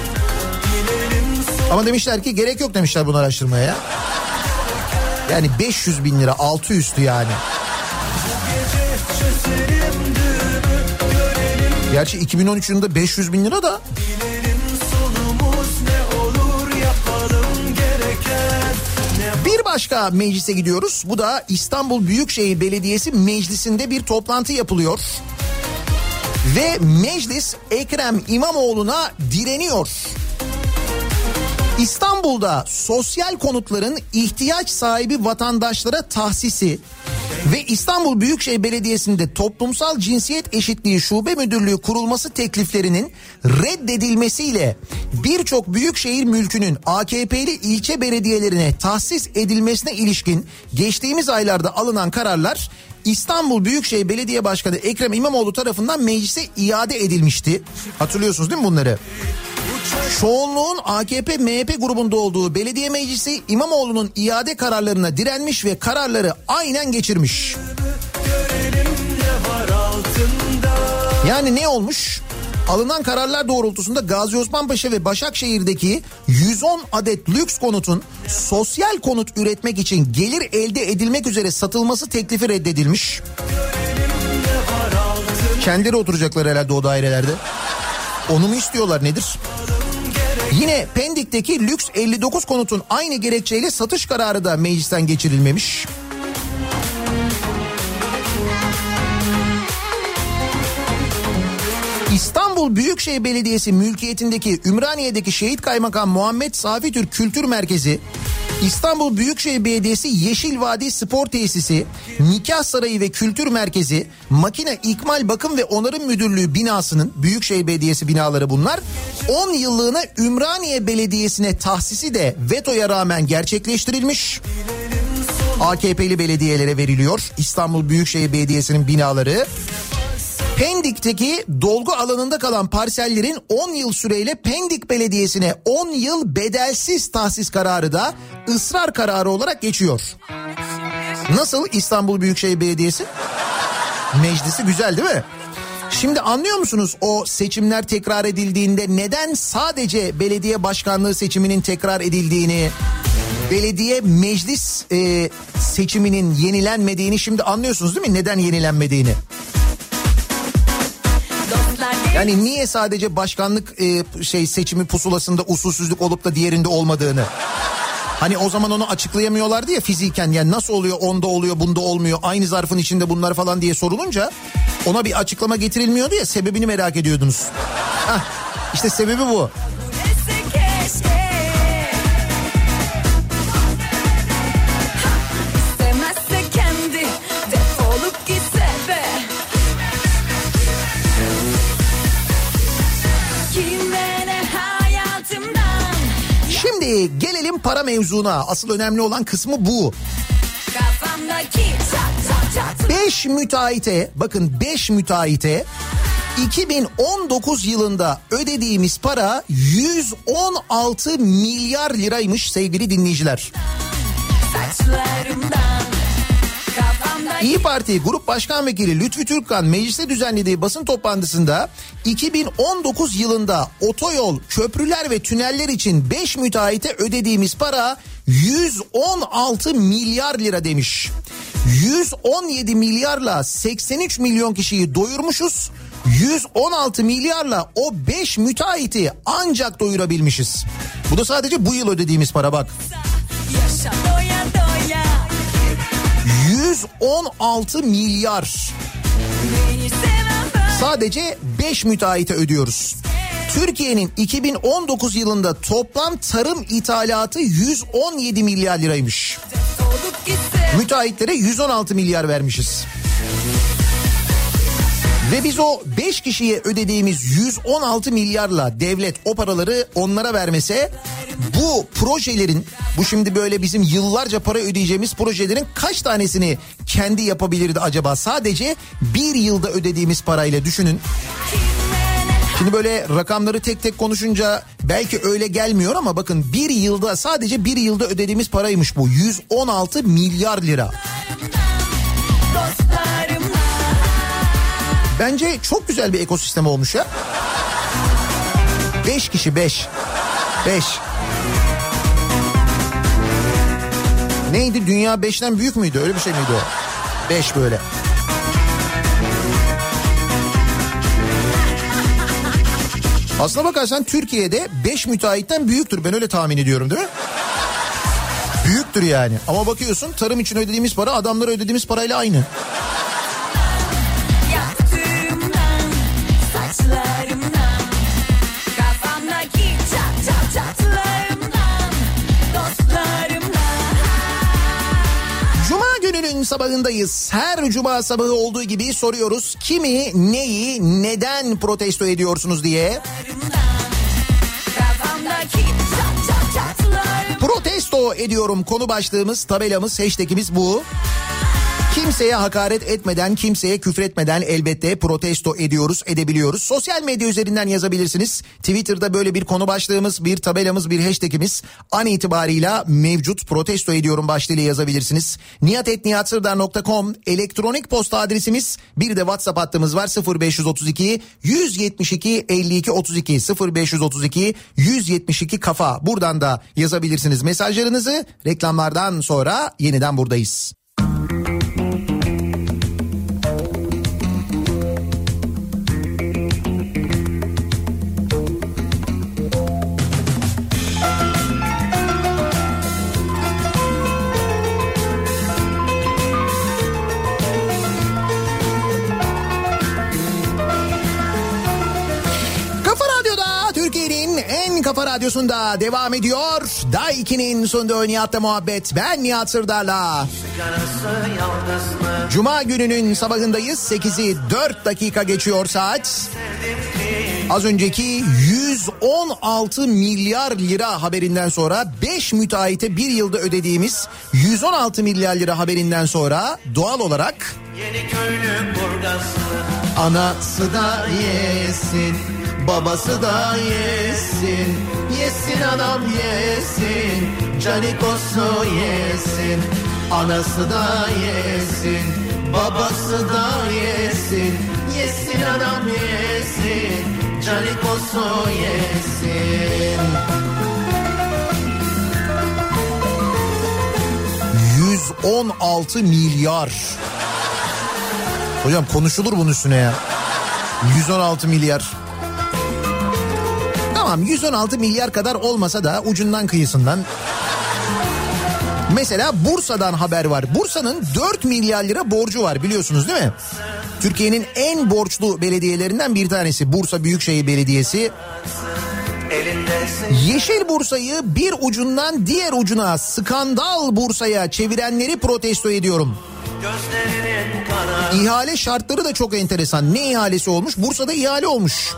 Speaker 2: Ama demişler ki gerek yok demişler bunu araştırmaya ya. Yani beş yüz bin lira, altı üstü yani. Gerçi iki bin on üç yılında beş yüz bin lira da. Bir başka meclise gidiyoruz. Bu da İstanbul Büyükşehir Belediyesi Meclisi'nde bir toplantı yapılıyor. Ve meclis Ekrem İmamoğlu'na direniyor. İstanbul'da sosyal konutların ihtiyaç sahibi vatandaşlara tahsisi ve İstanbul Büyükşehir Belediyesi'nde toplumsal cinsiyet eşitliği şube müdürlüğü kurulması tekliflerinin reddedilmesiyle birçok büyükşehir mülkünün A K P'li ilçe belediyelerine tahsis edilmesine ilişkin geçtiğimiz aylarda alınan kararlar İstanbul Büyükşehir Belediye Başkanı Ekrem İmamoğlu tarafından meclise iade edilmişti. Hatırlıyorsunuz değil mi bunları? Çoğunluğun A K P M H P grubunda olduğu belediye meclisi İmamoğlu'nun iade kararlarına direnmiş ve kararları aynen geçirmiş. Yani ne olmuş? Alınan kararlar doğrultusunda Gazi Osman Paşa ve Başakşehir'deki yüz on adet lüks konutun sosyal konut üretmek için gelir elde edilmek üzere satılması teklifi reddedilmiş. Kendileri oturacaklar herhalde o dairelerde. Onu mu istiyorlar, nedir? Yine Pendik'teki lüks elli dokuz konutun aynı gerekçeyle satış kararı da meclisten geçirilmemiş. İstanbul Büyükşehir Belediyesi mülkiyetindeki Ümraniye'deki Şehit Kaymakam Muhammed Safi Türk Kültür Merkezi, İstanbul Büyükşehir Belediyesi Yeşil Vadi Spor Tesisi, Nikah Sarayı ve Kültür Merkezi, Makine İkmal Bakım ve Onarım Müdürlüğü binasının, Büyükşehir Belediyesi binaları bunlar, on yıllığına Ümraniye Belediyesi'ne tahsisi de vetoya rağmen gerçekleştirilmiş. A K P'li belediyelere veriliyor. İstanbul Büyükşehir Belediyesi'nin binaları. Pendik'teki dolgu alanında kalan parsellerin on yıl süreyle Pendik Belediyesi'ne on yıl bedelsiz tahsis kararı da ısrar kararı olarak geçiyor. Nasıl İstanbul Büyükşehir Belediyesi? Meclisi güzel değil mi? Şimdi anlıyor musunuz o seçimler tekrar edildiğinde neden sadece belediye başkanlığı seçiminin tekrar edildiğini, belediye meclis e, seçiminin yenilenmediğini şimdi anlıyorsunuz değil mi? Neden yenilenmediğini? Yani niye sadece başkanlık e, şey seçimi pusulasında usulsüzlük olup da diğerinde olmadığını. Hani o zaman onu açıklayamıyorlardı ya fiziken, yani nasıl oluyor onda oluyor bunda olmuyor aynı zarfın içinde bunlar falan diye sorulunca ona bir açıklama getirilmiyordu ya, sebebini merak ediyordunuz. Hah, işte sebebi bu. Şimdi gelelim para mevzuna. Asıl önemli olan kısmı bu. beş müteahhite, bakın beş müteahhite iki bin on dokuz yılında ödediğimiz para yüz on altı milyar liraymış sevgili dinleyiciler. İyi Parti Grup Başkan Vekili Lütfü Türkkan mecliste düzenlediği basın toplantısında iki bin on dokuz yılında otoyol, köprüler ve tüneller için beş müteahhite ödediğimiz para yüz on altı milyar lira demiş. yüz on yedi milyarla seksen üç milyon kişiyi doyurmuşuz. yüz on altı milyarla o beş müteahhiti ancak doyurabilmişiz. Bu da sadece bu yıl ödediğimiz para bak. Yaşa doya doya. yüz on altı milyar. Sadece beş müteahhite ödüyoruz. Türkiye'nin iki bin on dokuz yılında toplam tarım ithalatı yüz on yedi milyar liraymış. Müteahhitlere yüz on altı milyar vermişiz. Ve biz o beş kişiye ödediğimiz yüz on altı milyarla devlet o paraları onlara vermese bu projelerin, bu şimdi böyle bizim yıllarca para ödeyeceğimiz projelerin kaç tanesini kendi yapabilirdi acaba? Sadece bir yılda ödediğimiz parayla düşünün. Şimdi böyle rakamları tek tek konuşunca belki öyle gelmiyor ama bakın bir yılda, sadece bir yılda ödediğimiz paraymış bu. yüz on altı milyar lira. Bence çok güzel bir ekosistem olmuş ya. Beş kişi, beş. Beş. Neydi? Dünya beşten büyük müydü? Öyle bir şey miydi o? Beş böyle. Aslına bakarsan Türkiye'de beş müteahhitten büyüktür. Ben öyle tahmin ediyorum değil mi? Büyüktür yani. Ama bakıyorsun tarım için ödediğimiz para adamlara ödediğimiz parayla aynı. Cuma gününün sabahındayız. Her cuma sabahı olduğu gibi soruyoruz. Kimi, neyi, neden protesto ediyorsunuz diye. Protesto ediyorum konu başlığımız, tabelamız, hashtagimiz bu. Kimseye hakaret etmeden, kimseye küfretmeden elbette protesto ediyoruz, edebiliyoruz. Sosyal medya üzerinden yazabilirsiniz. Twitter'da böyle bir konu başlığımız, bir tabelamız, bir hashtagimiz an itibarıyla mevcut. Protesto ediyorum başlığıyla yazabilirsiniz. nihat et nihat sırdar nokta com elektronik posta adresimiz. Bir de WhatsApp hattımız var, sıfır beş otuz iki yüz yetmiş iki elli iki otuz iki sıfır beş otuz iki yüz yetmiş iki kafa. Buradan da yazabilirsiniz mesajlarınızı. Reklamlardan sonra yeniden buradayız. Kafa Radyosu'nda devam ediyor. Day iki'nin sonunda Nihat'la muhabbet. Ben Nihat Sırdar'la. Cuma gününün sabahındayız. sekizi dört dakika geçiyor saat. Az önceki yüz on altı milyar lira haberinden sonra beş müteahhite bir yılda ödediğimiz yüz on altı milyar lira haberinden sonra doğal olarak anası da yesin, babası da yesin, yesin anam yesin, canikosu yesin, anası da yesin, babası da yesin, yesin anam yesin, canikosu yesin. yüz on altı milyar. Hocam konuşulur bunun üstüne ya. yüz on altı milyar. Tamam, yüz on altı milyar kadar olmasa da ucundan kıyısından. Mesela Bursa'dan haber var. Bursa'nın dört milyar lira borcu var, biliyorsunuz değil mi? Türkiye'nin en borçlu belediyelerinden bir tanesi Bursa Büyükşehir Belediyesi. Yeşil Bursa'yı bir ucundan diğer ucuna, skandal Bursa'ya çevirenleri protesto ediyorum. İhale şartları da çok enteresan. Ne ihalesi olmuş? Bursa'da ihale olmuş.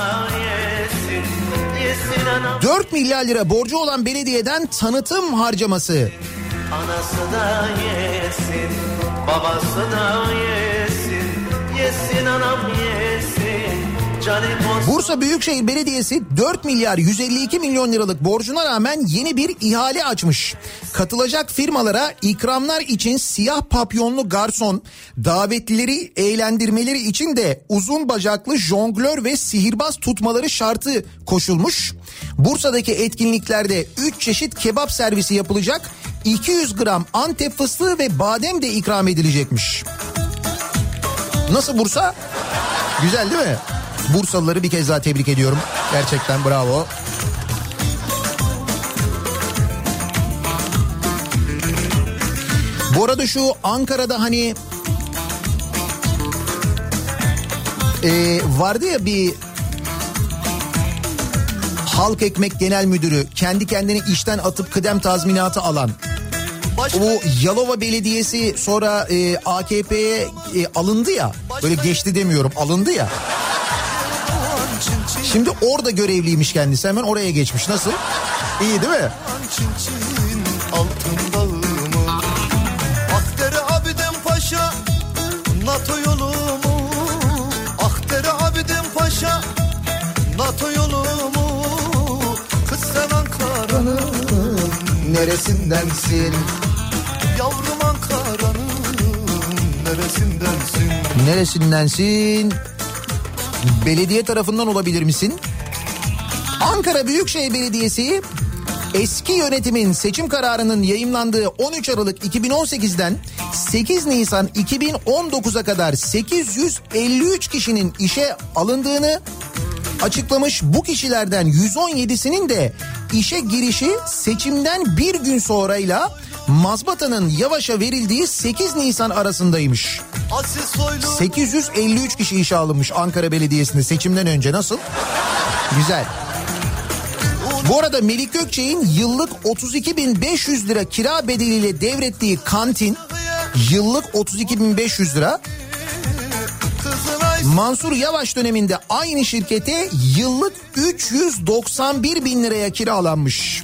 Speaker 2: dört milyar lira borcu olan belediyeden tanıtım harcaması. Anası da yesin, babası da yesin, yesin anam yesin. Bursa Büyükşehir Belediyesi dört milyar yüz elli iki milyon liralık borcuna rağmen yeni bir ihale açmış. Katılacak firmalara ikramlar için siyah papyonlu garson, davetlileri eğlendirmeleri için de uzun bacaklı jonglör ve sihirbaz tutmaları şartı koşulmuş. Bursa'daki etkinliklerde üç çeşit kebap servisi yapılacak, iki yüz gram Antep fıstığı ve badem de ikram edilecekmiş. Nasıl Bursa? Güzel değil mi? Bursalıları bir kez daha tebrik ediyorum. Gerçekten bravo. Bu arada şu Ankara'da hani e, vardı ya bir Halk Ekmek Genel Müdürü, kendi kendini işten atıp kıdem tazminatı alan. Bu Yalova Belediyesi sonra e, A K P'ye e, alındı ya, böyle geçti demiyorum, alındı ya. Şimdi orada görevliymiş kendisi, hemen oraya geçmiş. Nasıl? İyi değil mi?
Speaker 6: Akdere Abidin Paşa NATO yolumu, Akdere Abidin Paşa NATO yolumu, kız sen Ankara'nın
Speaker 2: neresindensin?
Speaker 6: Yavrum Ankara'nın neresindensin?
Speaker 2: Neresindensin? Belediye tarafından olabilir misin? Ankara Büyükşehir Belediyesi eski yönetimin seçim kararının yayımlandığı on üç Aralık iki bin on sekizden sekiz Nisan iki bin on dokuza kadar sekiz yüz elli üç kişinin işe alındığını açıklamış. Bu kişilerden yüz on yedisinin de işe girişi seçimden bir gün sonrayla mazbatanın Yavaş'a verildiği sekiz Nisan arasındaymış. sekiz yüz elli üç kişi işe alınmış Ankara Belediyesi'nde seçimden önce. Nasıl? Güzel. Bu arada Melik Gökçek'in yıllık otuz iki bin beş yüz lira kira bedeliyle devrettiği kantin, yıllık otuz iki bin beş yüz lira, Mansur Yavaş döneminde aynı şirkete yıllık üç yüz doksan bir bin liraya kiralanmış.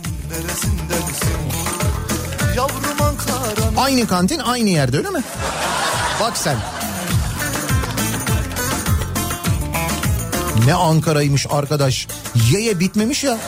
Speaker 2: Aynı kantin aynı yerde, öyle mi? Bak sen. Ne Ankara'ymış arkadaş. Yeye bitmemiş ya.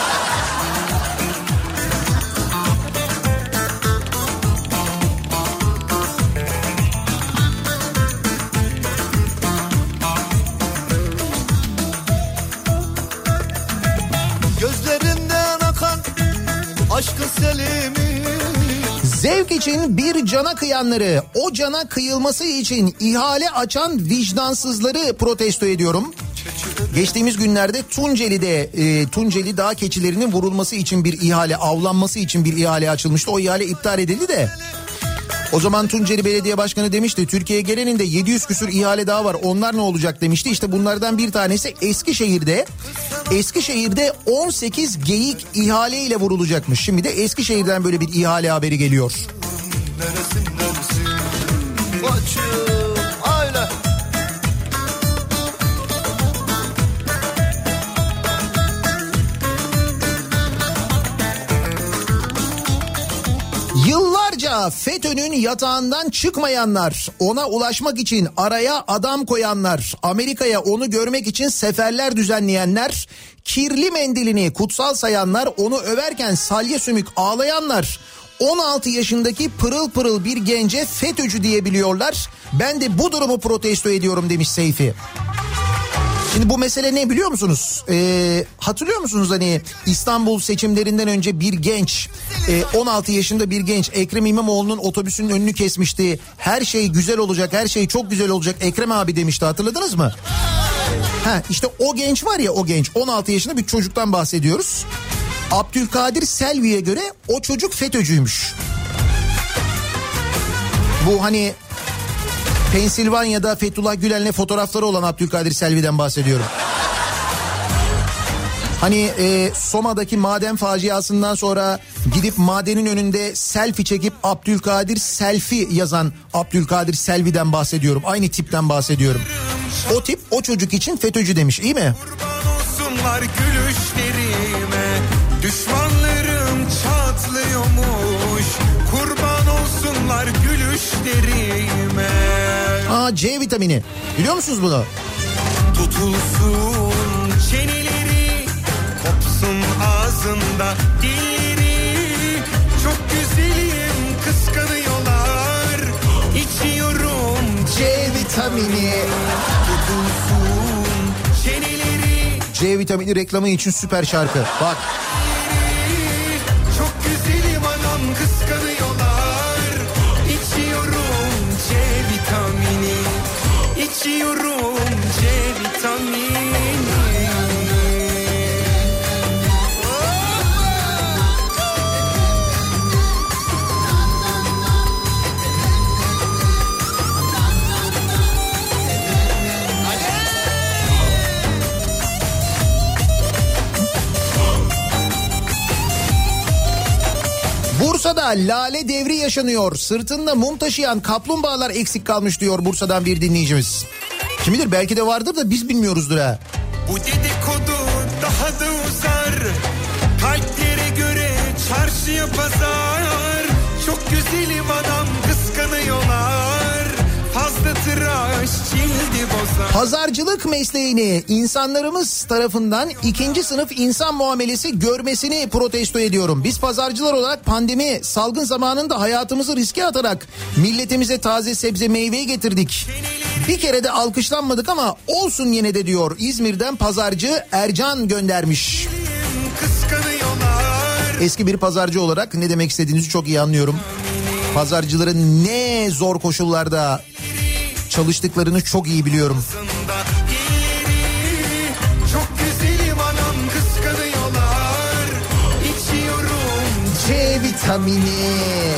Speaker 6: Gözlerinden akan aşkı selimi.
Speaker 2: Zevk için bir cana kıyanları, o cana kıyılması için ihale açan vicdansızları protesto ediyorum. Geçtiğimiz günlerde Tunceli'de e, Tunceli dağ keçilerinin vurulması için bir ihale, avlanması için bir ihale açılmıştı. O ihale iptal edildi de O zaman Tunceli Belediye Başkanı demişti Türkiye genelinde yedi yüz küsür ihale daha var, onlar ne olacak demişti. İşte bunlardan bir tanesi Eskişehir'de. Eskişehir'de on sekiz geyik ihale ile vurulacakmış. Şimdi de Eskişehir'den böyle bir ihale haberi geliyor.
Speaker 6: Neresindensin? Koçum aile.
Speaker 2: Yıllarca FETÖ'nün yatağından çıkmayanlar, ona ulaşmak için araya adam koyanlar, Amerika'ya onu görmek için seferler düzenleyenler, kirli mendilini kutsal sayanlar, onu överken salya sümük ağlayanlar, on altı yaşındaki pırıl pırıl bir gence FETÖ'cü diyebiliyorlar. Ben de bu durumu protesto ediyorum demiş Seyfi. Şimdi bu mesele ne biliyor musunuz? Ee, hatırlıyor musunuz hani İstanbul seçimlerinden önce bir genç, e, on altı yaşında bir genç Ekrem İmamoğlu'nun otobüsünün önünü kesmişti. Her şey güzel olacak, her şey çok güzel olacak Ekrem abi demişti, hatırladınız mı? Ha, işte o genç var ya, o genç on altı yaşında bir çocuktan bahsediyoruz. Abdülkadir Selvi'ye göre o çocuk FETÖ'cüymüş. Bu hani Pensilvanya'da Fethullah Gülen'le fotoğrafları olan Abdülkadir Selvi'den bahsediyorum. Hani e, Soma'daki maden faciasından sonra gidip madenin önünde selfie çekip Abdülkadir Selfie yazan Abdülkadir Selvi'den bahsediyorum. Aynı tipten bahsediyorum. O tip o çocuk için FETÖ'cü demiş, iyi mi?
Speaker 3: Kurban olsunlar gülüşlerime, düşmanlarım çatlıyormuş. Kurban olsunlar gülüşlerime.
Speaker 2: Aa, C vitamini. Biliyor musunuz bunu?
Speaker 3: Tutulsun çeneleri, kopsun ağzında dilleri. Çok güzelim kıskanıyorlar, içiyorum
Speaker 2: C vitamini.
Speaker 3: tutulsun çeneleri.
Speaker 2: C vitamini reklamı için süper şarkı. Bak.
Speaker 3: Çok güzelim anam kıskanıyorlar, içiyorum C vitamini. İçiyorum C vitamini.
Speaker 2: Bursa'da lale devri yaşanıyor. Sırtında mum taşıyan kaplumbağalar eksik kalmış diyor Bursa'dan bir dinleyicimiz. Kim bilir, belki de vardır da biz bilmiyoruzdur ha.
Speaker 3: Bu dedikodu daha da uzar, kalplere göre çarşıya pazar. Çok güzelim adam kıskanıyorlar, fazla tıraş cildi bozar.
Speaker 2: Pazarcılık mesleğini insanlarımız tarafından ikinci sınıf insan muamelesi görmesini protesto ediyorum. Biz pazarcılar olarak pandemi salgın zamanında hayatımızı riske atarak milletimize taze sebze meyveyi getirdik. Bir kere de alkışlanmadık ama olsun yine de diyor. İzmir'den pazarcı Ercan göndermiş. Eski bir pazarcı olarak ne demek istediğinizi çok iyi anlıyorum. Pazarcıların ne zor koşullarda çalıştıklarını çok iyi biliyorum.
Speaker 3: Çok güzelim anam kıskanıyorlar, içiyorum
Speaker 2: C vitamini.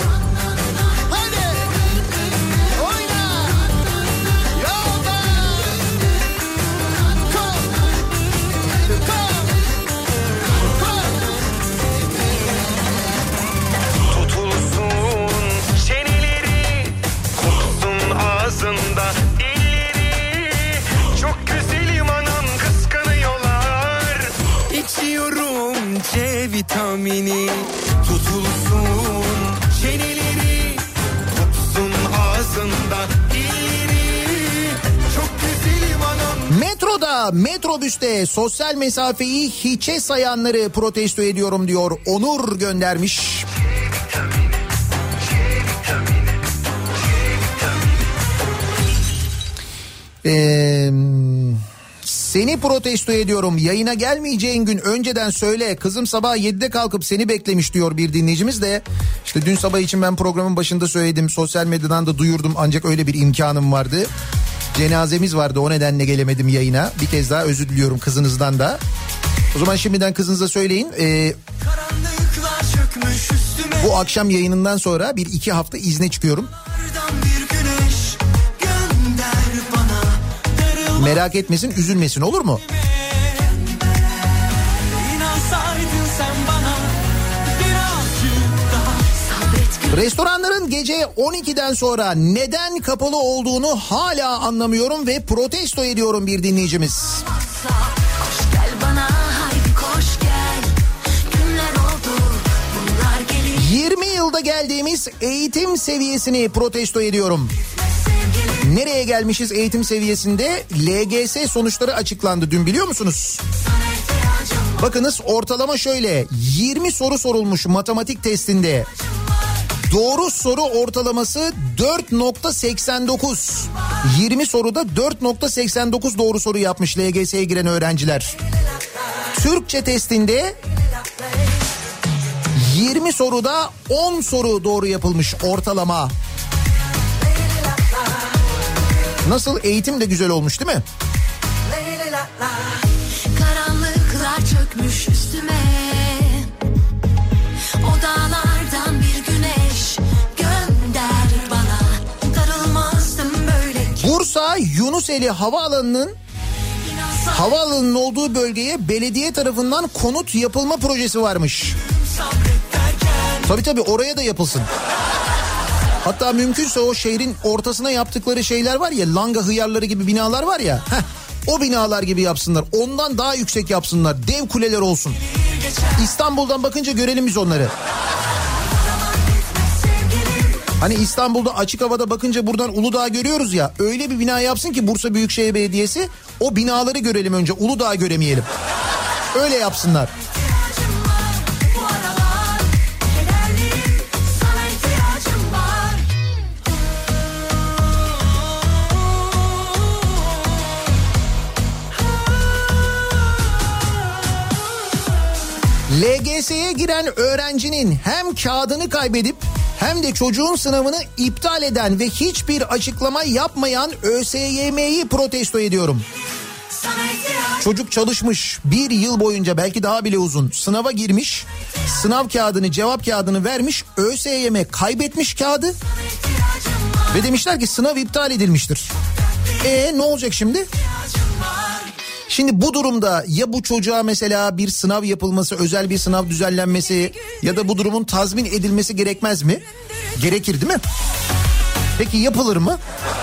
Speaker 3: vitamini tutulsun çeneleri, kopsun ağzında dilleri. Çok güzelim anam.
Speaker 2: Metroda, metrobüste sosyal mesafeyi hiçe sayanları protesto ediyorum diyor. Onur göndermiş. Eee... Seni protesto ediyorum. Yayına gelmeyeceğin gün önceden söyle. Kızım sabah yedide kalkıp seni beklemiş diyor bir dinleyicimiz de. İşte dün sabah için ben programın başında söyledim. Sosyal medyadan da duyurdum. Ancak öyle bir imkanım vardı. Cenazemiz vardı. O nedenle gelemedim yayına. Bir kez daha özür diliyorum kızınızdan da. O zaman şimdiden kızınıza söyleyin. Ee, bu akşam yayınından sonra bir iki hafta izne çıkıyorum. Merak etmesin, üzülmesin, olur mu?
Speaker 3: İnansaydın sen bana birazcık daha.
Speaker 2: Restoranların gece on ikiden sonra neden kapalı olduğunu hala anlamıyorum ve protesto ediyorum bir dinleyicimiz.
Speaker 1: Koş gel bana, haydi koş gel. Günler oldu, bunlar gelir.
Speaker 2: yirmi yılda geldiğimiz eğitim seviyesini protesto ediyorum. Nereye gelmişiz eğitim seviyesinde? L G S sonuçları açıklandı dün, biliyor musunuz? Bakınız, ortalama şöyle: yirmi soru sorulmuş matematik testinde. Doğru soru ortalaması dört nokta seksen dokuz. yirmi soruda dört nokta seksen dokuz doğru soru yapmış L G S'ye giren öğrenciler. Türkçe testinde yirmi soruda on soru doğru yapılmış ortalama. Nasıl, eğitim de güzel olmuş değil mi?
Speaker 1: Karanlıklar çökmüş üstüme. O dağlardan bir güneş gönder bana. Darılmazdım böyle.
Speaker 2: Bursa Yunuseli Havaalanı'nın havaalanının olduğu bölgeye belediye tarafından konut yapılma projesi varmış. Tabii tabii, oraya da yapılsın. Hatta mümkünse o şehrin ortasına yaptıkları şeyler var ya, langa hıyarları gibi binalar var ya. Heh, o binalar gibi yapsınlar. Ondan daha yüksek yapsınlar. Dev kuleler olsun. İstanbul'dan bakınca görelim biz onları. Hani İstanbul'da açık havada bakınca buradan Uludağ görüyoruz ya. Öyle bir bina yapsın ki Bursa Büyükşehir Belediyesi, o binaları görelim önce. Uludağ'ı göremeyelim. Öyle yapsınlar. L G S'ye giren öğrencinin hem kağıdını kaybedip hem de çocuğun sınavını iptal eden ve hiçbir açıklama yapmayan ÖSYM'yi protesto ediyorum. Çocuk çalışmış bir yıl boyunca, belki daha bile uzun, sınava girmiş, sınav kağıdını, cevap kağıdını vermiş, ÖSYM kaybetmiş kağıdı ve demişler ki sınav iptal edilmiştir. E ne olacak şimdi? Şimdi bu durumda ya bu çocuğa mesela bir sınav yapılması, özel bir sınav düzenlenmesi ya da bu durumun tazmin edilmesi gerekmez mi? Gerekir değil mi? Peki yapılır mı?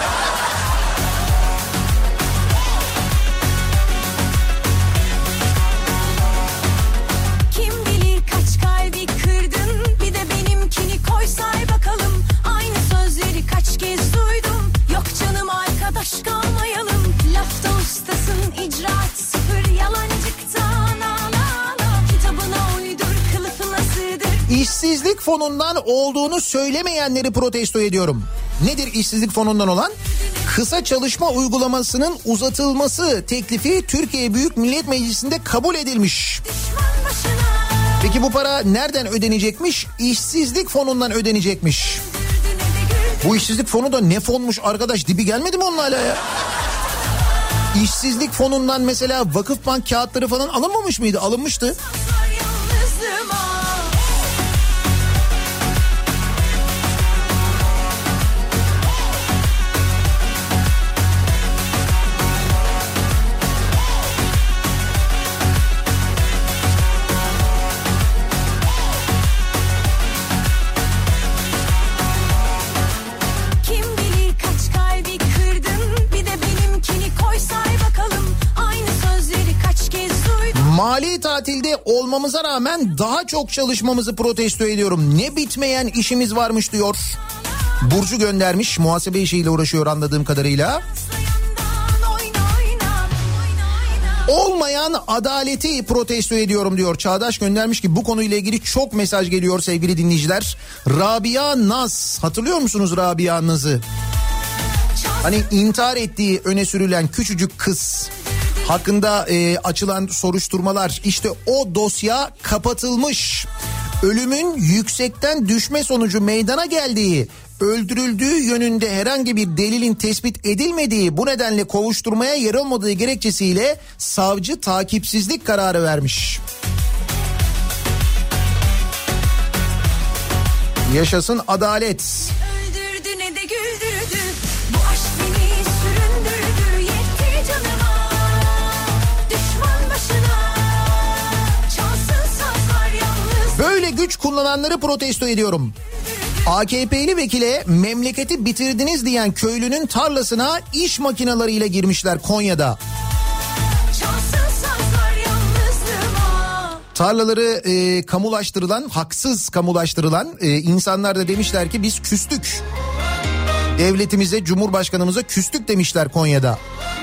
Speaker 1: Kim bilir kaç kalbi kırdın, bir de benimkini koy say bakalım. Aynı sözleri kaç kez duydum. Yok canım arkadaş kalmayalım. Lafta ustasın, icraat sıfır, yalancıktan ağlama. Kitabına uydur, kılıfına sığdır.
Speaker 2: İşsizlik fonundan olduğunu söylemeyenleri protesto ediyorum. Nedir işsizlik fonundan olan? Kısa çalışma uygulamasının uzatılması teklifi Türkiye Büyük Millet Meclisi'nde kabul edilmiş. Peki bu para nereden ödenecekmiş? İşsizlik fonundan ödenecekmiş. Bu işsizlik fonu da ne fonmuş arkadaş, dibi gelmedi mi onunla ya? İşsizlik fonundan mesela Vakıfbank kağıtları falan alınmamış mıydı? Alınmıştı. Mali tatilde olmamıza rağmen daha çok çalışmamızı protesto ediyorum. Ne bitmeyen işimiz varmış diyor. Burcu göndermiş, muhasebe işiyle uğraşıyor anladığım kadarıyla. Olmayan adaleti protesto ediyorum diyor. Çağdaş göndermiş ki bu konuyla ilgili çok mesaj geliyor sevgili dinleyiciler. Rabia Naz, hatırlıyor musunuz Rabia Naz'ı? Hani intihar ettiği öne sürülen küçücük kız hakkında e, açılan soruşturmalar, işte o dosya kapatılmış. Ölümün yüksekten düşme sonucu meydana geldiği, öldürüldüğü yönünde herhangi bir delilin tespit edilmediği, bu nedenle kovuşturmaya yer olmadığı gerekçesiyle savcı takipsizlik kararı vermiş. Yaşasın adalet.
Speaker 1: Öldürdü ne de güldürdü, bu aşk beni süründürdü, yetti canım.
Speaker 2: güç kullananları protesto ediyorum. A K P'li vekile memleketi bitirdiniz diyen köylünün tarlasına iş makinalarıyla girmişler Konya'da. Tarlaları e, kamulaştırılan, haksız kamulaştırılan e, insanlar da demişler ki biz küstük. Devletimize, Cumhurbaşkanımıza küstük demişler Konya'da.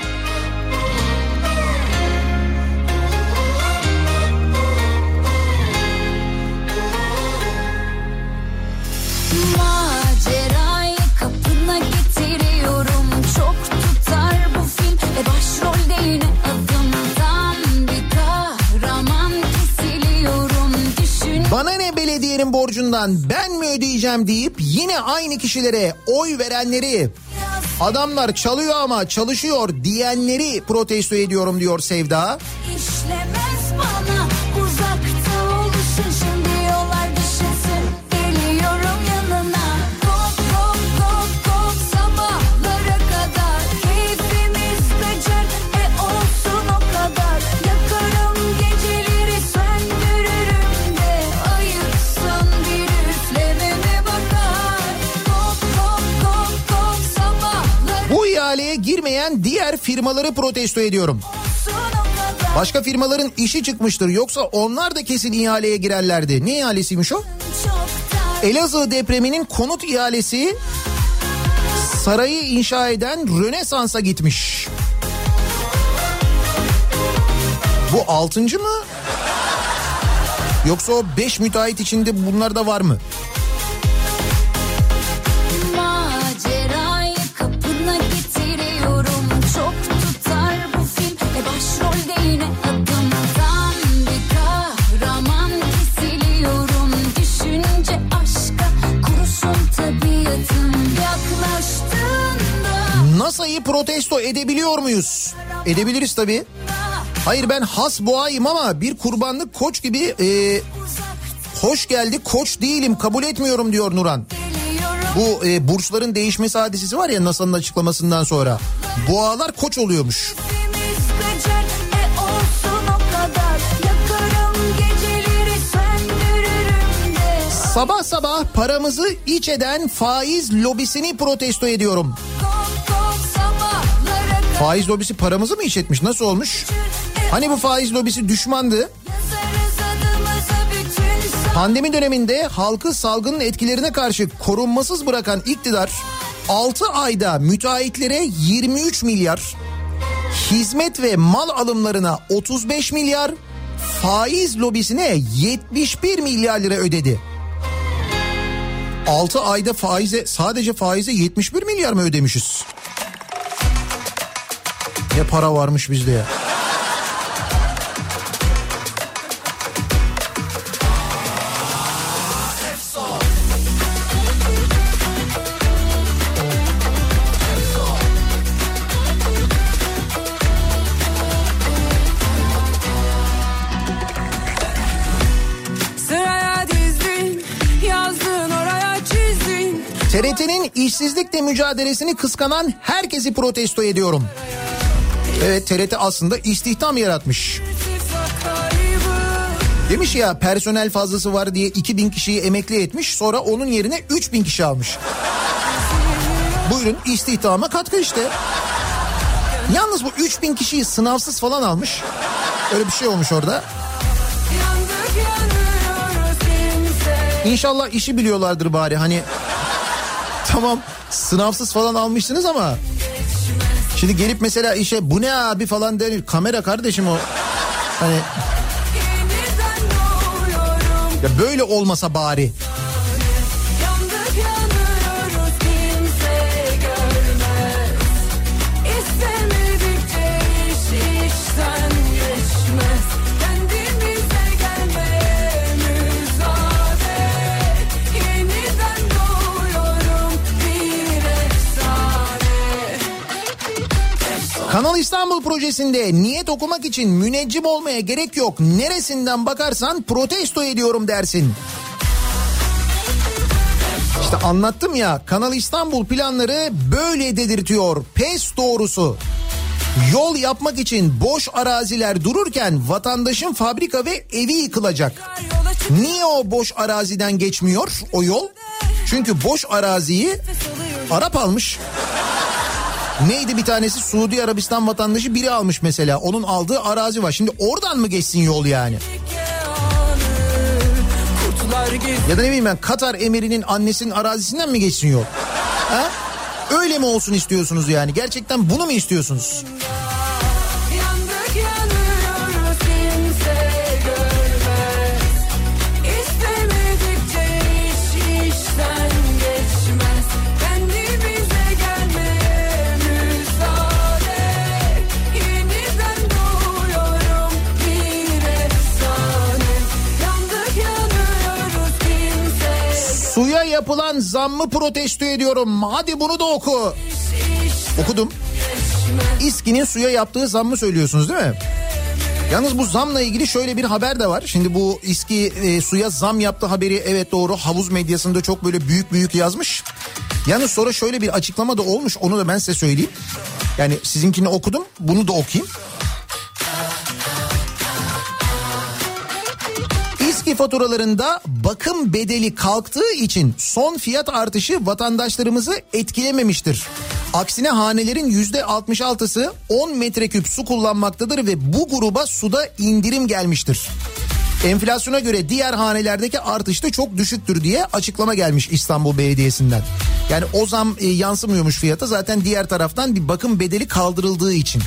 Speaker 1: Macerayı kapına getiriyorum. Çok tutar bu film ve başrolde yine adımdan bir kahraman kesiliyorum. Düşün.
Speaker 2: Bana ne belediyenin borcundan, ben mi ödeyeceğim deyip yine aynı kişilere oy verenleri, adamlar çalıyor ama çalışıyor diyenleri protesto ediyorum diyor Sevda.
Speaker 1: İşlemez bana uzakta olursun, şimdi yollar düşünsün. Geliyorum yanına. Kop kop kop kop sabahlara kadar. Keyfimiz kaçar e olsun o kadar. Yakarım geceleri söndürürüm de. Ayıpsın bir üflememe bakar. Kop kop kop kop sabahlara.
Speaker 2: Bu ihaleye girmeyen diğer firmaları protesto ediyorum. Başka firmaların işi çıkmıştır, yoksa onlar da kesin ihaleye girerlerdi. Ne ihalesiymiş o? Elazığ depreminin konut ihalesi sarayı inşa eden Rönesans'a gitmiş. Bu altıncı mı? Yoksa o beş müteahhit içinde bunlar da var mı?
Speaker 1: Macerayı kapına getiriyorum. Çok tutar bu film ve başrolde yine adımdan bir kahraman kesiliyorum. Düşünce aşka kurusun tabiatım. Yaklaştığında
Speaker 2: NASA'yı protesto edebiliyor muyuz? Edebiliriz tabii. Hayır, ben has boğayım ama bir kurbanlık koç gibi e, hoş geldi koç değilim, kabul etmiyorum diyor Nuran. Bu e, burçların değişmesi hadisesi var ya NASA'nın açıklamasından sonra. Boğalar koç oluyormuş. Sabah sabah paramızı iç eden faiz lobisini protesto ediyorum. Faiz lobisi paramızı mı iç etmiş? Nasıl olmuş? Hani bu faiz lobisi düşmandı? Pandemi döneminde halkı salgının etkilerine karşı korunmasız bırakan iktidar altı ayda müteahhitlere yirmi üç milyar, hizmet ve mal alımlarına otuz beş milyar, faiz lobisine yetmiş bir milyar lira ödedi. altı ayda faize, sadece faize yetmiş bir milyar mı ödemişiz? Ne para varmış bizde ya. T R T'nin işsizlikle mücadelesini kıskanan herkesi protesto ediyorum. Evet, T R T aslında istihdam yaratmış. Demiş ya, personel fazlası var diye iki bin kişiyi emekli etmiş, sonra onun yerine üç bin kişi almış. Buyurun, istihdama katkı işte. Yalnız bu üç bin kişiyi sınavsız falan almış. Öyle bir şey olmuş orada. İnşallah işi biliyorlardır bari, hani tamam sınavsız falan almışsınız ama şimdi gelip mesela işe bu ne abi falan denir. Kamera kardeşim o. Hani ya böyle olmasa bari. Kanal İstanbul projesinde niyet okumak için müneccim olmaya gerek yok. Neresinden bakarsan protesto ediyorum dersin. İşte anlattım ya, Kanal İstanbul planları böyle dedirtiyor. Pes doğrusu. Yol yapmak için boş araziler dururken vatandaşın fabrika ve evi yıkılacak. Niye o boş araziden geçmiyor o yol? Çünkü boş araziyi Arap almış. Neydi bir tanesi, Suudi Arabistan vatandaşı biri almış mesela. Onun aldığı arazi var. Şimdi oradan mı geçsin yol yani? Ya da ne bileyim ben, Katar emirinin annesinin arazisinden mi geçsin yol? Ha? Öyle mi olsun istiyorsunuz yani? Gerçekten bunu mu istiyorsunuz?
Speaker 1: Yandık yanıyoruz, kimse görmez. İstemedikçe iş işten geçmez. Kendimize gelmeye müsaade. Yeniden doğuyorum bir efsane. Yandık yanıyoruz, kimse.
Speaker 2: Suya yapılan zammı protesto ediyorum. Hadi bunu da oku. Okudum. İSKİ'nin suya yaptığı zammı söylüyorsunuz değil mi? Yalnız bu zamla ilgili şöyle bir haber de var. Şimdi bu İSKİ e, suya zam yaptı haberi, evet doğru, havuz medyasında çok böyle büyük büyük yazmış. Yalnız sonra şöyle bir açıklama da olmuş, onu da ben size söyleyeyim. Yani sizinkini okudum, bunu da okuyayım. İSKİ faturalarında bakım bedeli kalktığı için son fiyat artışı vatandaşlarımızı etkilememiştir. Aksine hanelerin yüzde altmış altısı on metreküp su kullanmaktadır ve bu gruba suda indirim gelmiştir. Enflasyona göre diğer hanelerdeki artış da çok düşüktür diye açıklama gelmiş İstanbul Belediyesi'nden. Yani o zam e, yansımıyormuş fiyata, zaten diğer taraftan bir bakım bedeli kaldırıldığı için.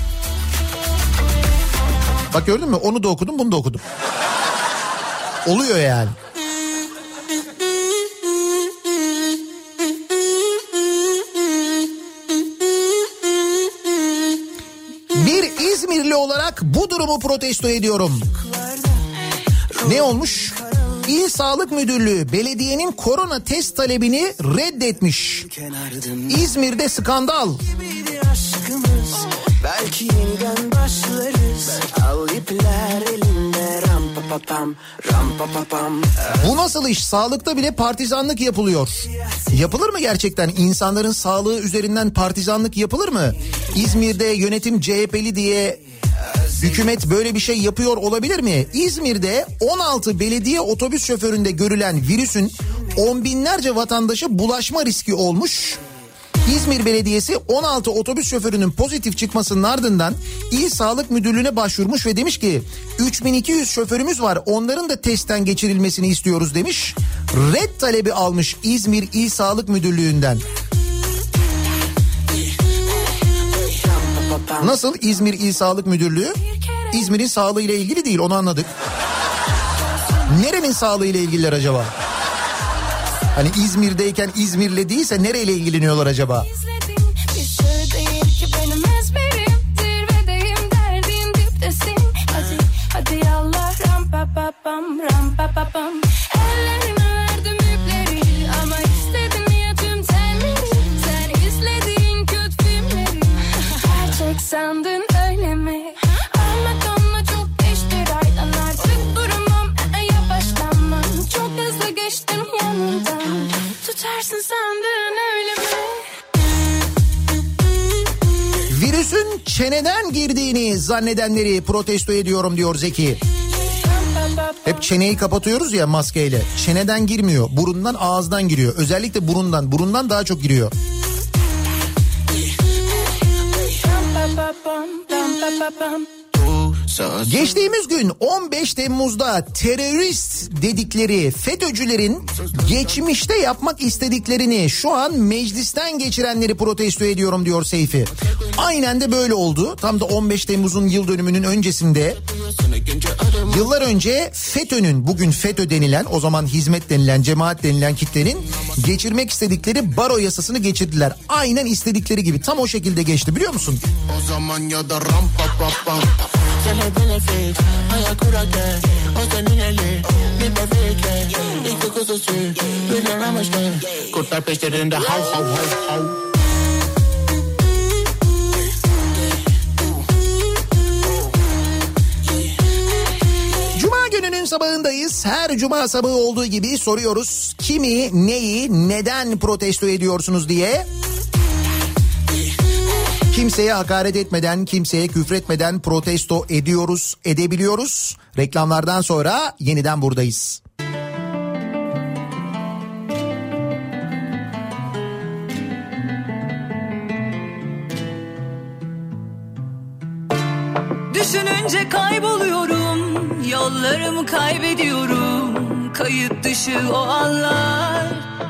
Speaker 2: Bak gördün mü, onu da okudum, bunu da okudum. Oluyor yani. Bir İzmirli olarak bu durumu protesto ediyorum. Ne olmuş? İl Sağlık Müdürlüğü belediyenin korona test talebini reddetmiş. İzmir'de skandal.
Speaker 7: Belki yeniden başlarız. Al ipler elinde, ram pa pa pam, ram pa pa pam.
Speaker 2: Bu nasıl iş? Sağlıkta bile partizanlık yapılıyor. Yapılır mı gerçekten? İnsanların sağlığı üzerinden partizanlık yapılır mı? İzmir'de yönetim C H P'li diye hükümet böyle bir şey yapıyor olabilir mi? İzmir'de on altı belediye otobüs şoföründe görülen virüsün on binlerce vatandaşa bulaşma riski olmuş. İzmir Belediyesi on altı otobüs şoförünün pozitif çıkmasının ardından İl Sağlık Müdürlüğü'ne başvurmuş ve demiş ki üç bin iki yüz şoförümüz var, onların da testten geçirilmesini istiyoruz demiş. Red talebi almış İzmir İl Sağlık Müdürlüğü'nden. Nasıl İzmir İl Sağlık Müdürlüğü? İzmir'in sağlığıyla ilgili değil, onu anladık. Nerenin sağlığıyla ilgililer acaba? Hani İzmir'deyken İzmir'le değilse nereyle ilgileniyorlar acaba?
Speaker 1: Sandın öyle mi? Anlatamla çok geçti raydan, artık durmam, yavaşlanmam. Çok hızlı geçtim yanından. Tutarsın sandın öyle mi?
Speaker 2: Virüsün çeneden girdiğini zannedenleri protesto ediyorum diyor Zeki. Hep çeneyi kapatıyoruz ya maskeyle. Çeneden girmiyor, burundan, ağızdan giriyor. Özellikle burundan, burundan daha çok giriyor. Geçtiğimiz gün on beş Temmuz'da terörist dedikleri FETÖ'cülerin geçmişte yapmak istediklerini şu an meclisten geçirenleri protesto ediyorum diyor Seyfi. Aynen de böyle oldu. Tam da on beş Temmuz'un yıl dönümünün öncesinde, yıllar önce FETÖ'nün, bugün FETÖ denilen, o zaman hizmet denilen, cemaat denilen kitlenin geçirmek istedikleri baro yasasını geçirdiler. Aynen istedikleri gibi, tam o şekilde geçti, biliyor musun?
Speaker 8: O zaman ya da ram pa pa pa. Sele benefit, ayakura o senin eli, bir bebekle, iki kuzusu, bir de ramaşlı, kurtlar peşlerinde hav hav hav hav.
Speaker 2: Cuma gününün sabahındayız. Her cuma sabahı olduğu gibi soruyoruz. Kimi, neyi, neden protesto ediyorsunuz diye. Kimseye hakaret etmeden, kimseye küfretmeden protesto ediyoruz, edebiliyoruz. Reklamlardan sonra yeniden buradayız.
Speaker 1: Düşününce kayboluyorum, yollarımı kaybediyorum, kayıt dışı o anlar.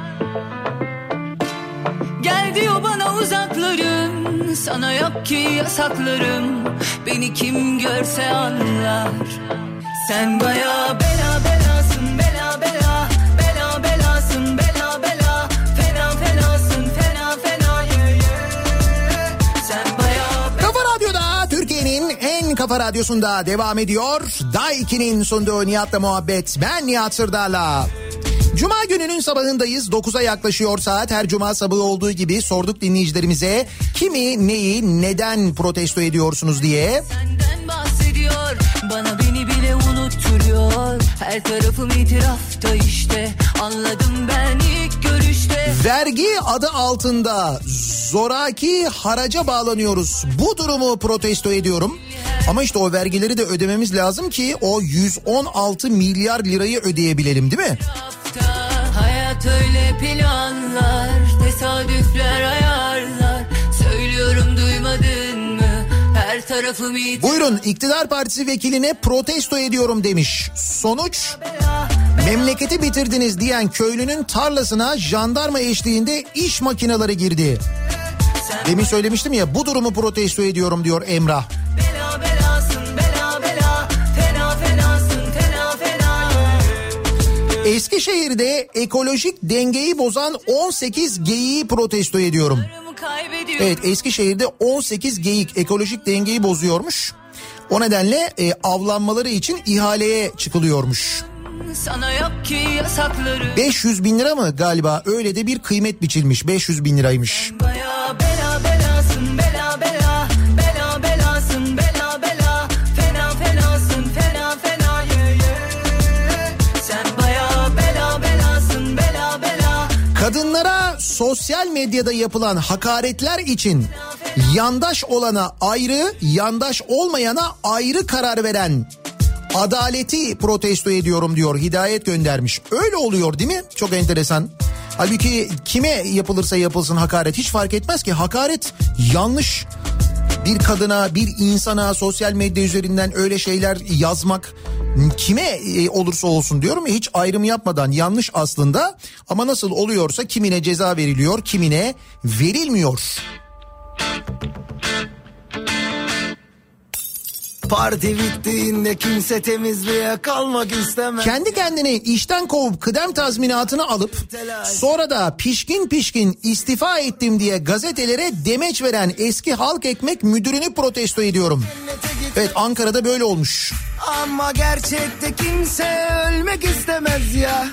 Speaker 1: Gel diyor bana uzaklarım, sana yok ki yasaklarım, beni kim görse anlar. Sen baya bela belasın, bela bela, bela belasın, bela bela, fena fenasın, fena fena, yeah, yeah. Sen baya
Speaker 2: Kafa Radyo'da, Türkiye'nin en kafa radyosunda devam ediyor. Daiki'nin sunduğu Nihat'la muhabbet. Ben Nihat Sırdar'la. Cuma gününün sabahındayız. dokuza yaklaşıyor saat. Her cuma sabahı olduğu gibi sorduk dinleyicilerimize kimi, neyi, neden protesto ediyorsunuz diye.
Speaker 1: Senden bahsediyor, bana beni bile unutturuyor. Her tarafım itirafta işte, anladım ben ilk görüşte.
Speaker 2: Vergi adı altında zoraki haraca bağlanıyoruz. Bu durumu protesto ediyorum. Ama işte o vergileri de ödememiz lazım ki o yüz on altı milyar lirayı ödeyebilelim, değil mi?
Speaker 1: Hayat öyle planlar, tesadüfler ayarlar. Söylüyorum duymadın mı? Her tarafım it-
Speaker 2: Buyurun, iktidar partisi vekiline protesto ediyorum demiş. Sonuç, memleketi bitirdiniz diyen köylünün tarlasına jandarma eşliğinde iş makineleri girdi. Demin söylemiştim ya, bu durumu protesto ediyorum diyor Emrah.
Speaker 1: Bela belasın, bela bela, fena fenasın, fena fena.
Speaker 2: Eskişehir'de ekolojik dengeyi bozan on sekiz geyiği protesto ediyorum. Evet, Eskişehir'de on sekiz geyik ekolojik dengeyi bozuyormuş. O nedenle e, avlanmaları için ihaleye çıkılıyormuş.
Speaker 1: Sana yok ki yasakları.
Speaker 2: beş yüz bin lira mı galiba, öyle de bir kıymet biçilmiş, beş yüz bin liraymış.
Speaker 1: Baya bela belasın, bela bela, bela belasın, bela bela, fena fenasın, fena fena, yeah, yeah. Sen baya bela belasın, bela bela.
Speaker 2: Kadınlara sosyal medyada yapılan hakaretler için yandaş olana ayrı, yandaş olmayana ayrı karar veren adaleti protesto ediyorum diyor, Hidayet göndermiş. Öyle oluyor değil mi? Çok enteresan. Halbuki kime yapılırsa yapılsın hakaret hiç fark etmez ki. Hakaret yanlış. Bir kadına, bir insana sosyal medya üzerinden öyle şeyler yazmak kime olursa olsun diyorum ya, hiç ayrım yapmadan yanlış aslında. Ama nasıl oluyorsa kimine ceza veriliyor, kimine verilmiyor.
Speaker 9: Parti bittiğinde kimse temizliğe kalmak istemez.
Speaker 2: Kendi kendini işten kovup kıdem tazminatını alıp sonra da pişkin pişkin istifa ettim diye gazetelere demeç veren eski Halk Ekmek müdürünü protesto ediyorum. Evet, Ankara'da böyle olmuş.
Speaker 9: Ama gerçekte kimse ölmek istemez ya.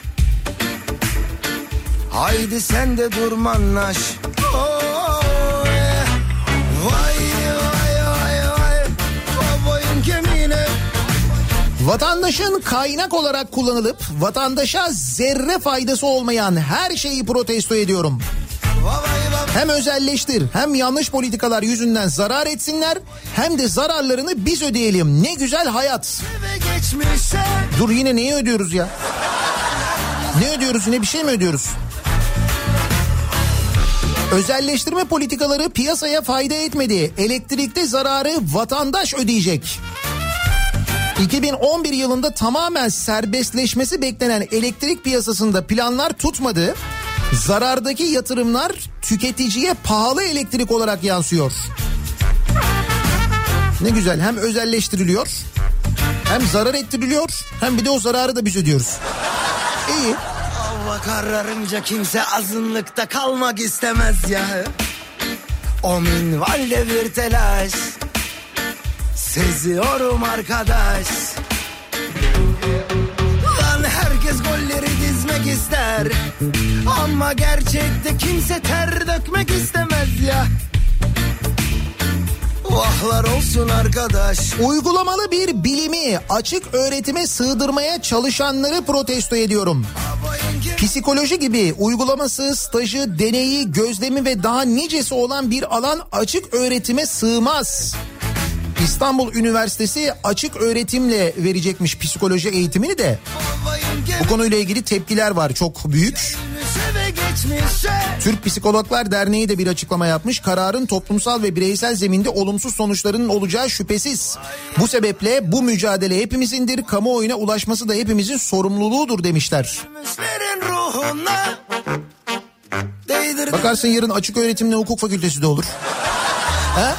Speaker 9: Haydi sen de durmanlaş. Oh, yeah. Vay vay vay vay. Babayın kemiğine.
Speaker 2: Vatandaşın kaynak olarak kullanılıp vatandaşa zerre faydası olmayan her şeyi protesto ediyorum. Hem özelleştir, hem yanlış politikalar yüzünden zarar etsinler, hem de zararlarını biz ödeyelim. Ne güzel hayat. Dur, yine neyi ödüyoruz ya? Ne ödüyoruz, yine bir şey mi ödüyoruz? Özelleştirme politikaları piyasaya fayda etmedi. Elektrikte zararı vatandaş ödeyecek. iki bin on bir yılında tamamen serbestleşmesi beklenen elektrik piyasasında planlar tutmadı. Zarardaki yatırımlar tüketiciye pahalı elektrik olarak yansıyor. Ne güzel, hem özelleştiriliyor, hem zarar ettiriliyor, hem bir de o zararı da biz ödüyoruz. İyi.
Speaker 9: Hava kararınca kimse azınlıkta kalmak istemez ya. O minvalde bir telaş seziyorum arkadaş. Lan herkes golleri dizmek ister, ama gerçekte kimse ter dökmek istemez ya. Vahlar olsun arkadaş.
Speaker 2: Uygulamalı bir bilimi açık öğretime sığdırmaya çalışanları protesto ediyorum. Psikoloji gibi uygulaması, stajı, deneyi, gözlemi ve daha nicesi olan bir alan açık öğretime sığmaz. İstanbul Üniversitesi açık öğretimle verecekmiş psikoloji eğitimini de. Bu konuyla ilgili tepkiler var çok büyük. Türk Psikologlar Derneği de bir açıklama yapmış. Kararın toplumsal ve bireysel zeminde olumsuz sonuçlarının olacağı şüphesiz. Bu sebeple bu mücadele hepimizindir. Kamuoyuna ulaşması da hepimizin sorumluluğudur demişler. Bakarsın yarın açık öğretimle hukuk fakültesi de olur. He?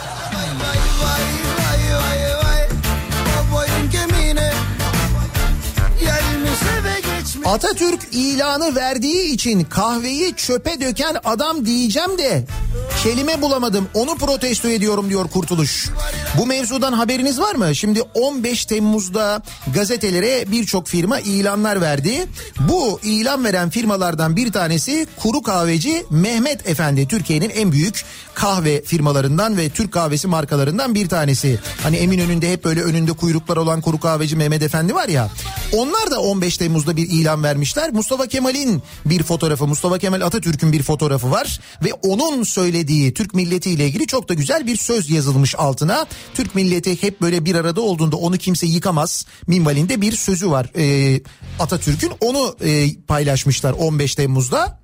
Speaker 2: Atatürk ilanı verdiği için kahveyi çöpe döken adam diyeceğim de kelime bulamadım, onu protesto ediyorum diyor Kurtuluş. Bu mevzudan haberiniz var mı? Şimdi on beş Temmuz'da gazetelere birçok firma ilanlar verdi. Bu ilan veren firmalardan bir tanesi Kuru Kahveci Mehmet Efendi. Türkiye'nin en büyük kahve firmalarından ve Türk kahvesi markalarından bir tanesi. Hani Eminönü'nde hep böyle önünde kuyruklar olan Kuru Kahveci Mehmet Efendi var ya. Onlar da on beş Temmuz'da bir ilan vermişler. Mustafa Kemal'in bir fotoğrafı, Mustafa Kemal Atatürk'ün bir fotoğrafı var ve onun söylediği Türk milletiyle ilgili çok da güzel bir söz yazılmış altına. Türk milleti hep böyle bir arada olduğunda onu kimse yıkamaz minvalinde bir sözü var ee, Atatürk'ün. Onu e, paylaşmışlar on beş Temmuz'da.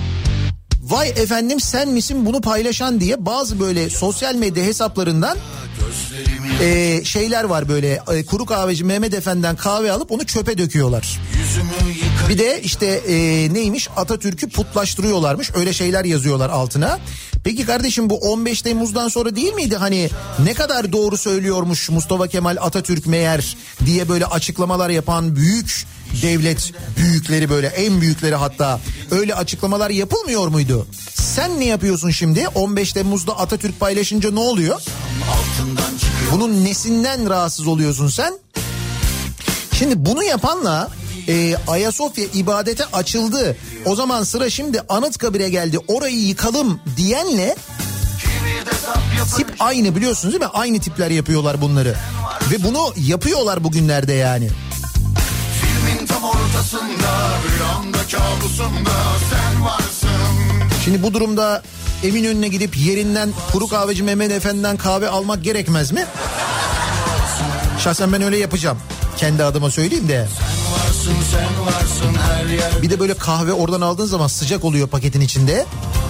Speaker 2: Vay efendim sen misin bunu paylaşan diye bazı böyle sosyal medya hesaplarından e, şeyler var böyle e, Kuru Kahveci Mehmet Efendi'den kahve alıp onu çöpe döküyorlar. Bir de işte e, neymiş Atatürk'ü putlaştırıyorlarmış, öyle şeyler yazıyorlar altına. Peki kardeşim bu on beş Temmuz'dan sonra değil miydi hani ne kadar doğru söylüyormuş Mustafa Kemal Atatürk meğer diye böyle açıklamalar yapan büyük devlet büyükleri, böyle en büyükleri hatta, öyle açıklamalar yapılmıyor muydu? Sen ne yapıyorsun şimdi? on beş Temmuz'da Atatürk paylaşınca ne oluyor? Bunun nesinden rahatsız oluyorsun sen? Şimdi bunu yapanla e, Ayasofya ibadete açıldı, o zaman sıra şimdi Anıtkabir'e geldi, orayı yıkalım diyenle tip aynı, biliyorsunuz değil mi? Aynı tipler yapıyorlar bunları ve bunu yapıyorlar bugünlerde yani. Tam ortasında, rüyamda, kabusumda sen varsın. Şimdi bu durumda Eminönü'ne gidip yerinden Kuru Kahveci Mehmet Efendi'den kahve almak gerekmez mi? Şahsen ben öyle yapacağım. Kendi adıma söyleyeyim de. Sen varsın, sen varsın her yer. Bir de böyle kahve oradan aldığın zaman sıcak oluyor paketin içinde.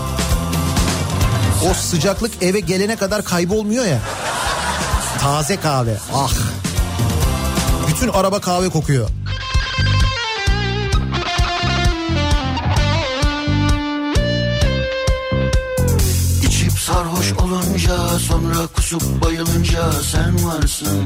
Speaker 2: O sıcaklık eve gelene kadar kaybolmuyor ya. Taze kahve. Ah. Bütün araba kahve kokuyor.
Speaker 10: Sarhoş olunca, sonra kusup bayılınca sen varsın.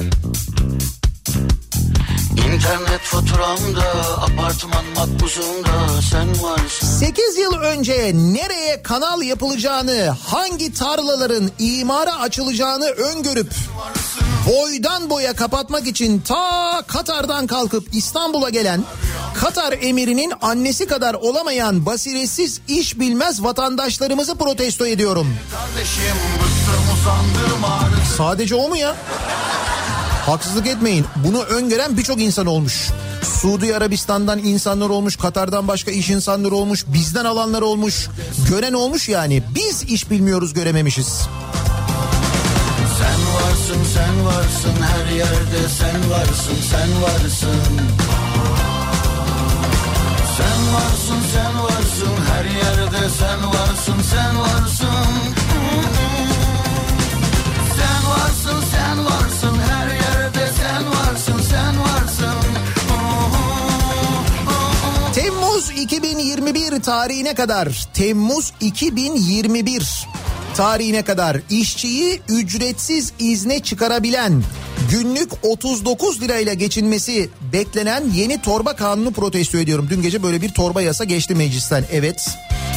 Speaker 10: İnternet faturamda, apartman makbuzumda sen varsın.
Speaker 2: sekiz yıl önce nereye kanal yapılacağını, hangi tarlaların imara açılacağını öngörüp boydan boya kapatmak için ta Katar'dan kalkıp İstanbul'a gelen Katar emirinin annesi kadar olamayan basiretsiz iş bilmez vatandaşlarımızı protesto ediyorum. Kardeşim, bıktım, usandım, sadece o mu ya? Haksızlık etmeyin. Bunu öngören birçok insan olmuş. Suudi Arabistan'dan insanlar olmuş, Katar'dan başka iş insanları olmuş, bizden alanlar olmuş, gören olmuş yani. Biz iş bilmiyoruz, görememişiz.
Speaker 10: Sen varsın, sen varsın, her yerde sen varsın, sen varsın. Sen varsın, sen varsın, her yerde sen varsın, sen varsın. Sen varsın, sen varsın, her yerde sen varsın, sen varsın.
Speaker 2: Temmuz iki bin yirmi bir tarihine kadar, Temmuz iki bin yirmi bir tarihine kadar işçiyi ücretsiz izne çıkarabilen, günlük otuz dokuz lirayla geçinmesi beklenen yeni torba kanunu protesto ediyorum. Dün gece böyle bir torba yasa geçti meclisten. Evet.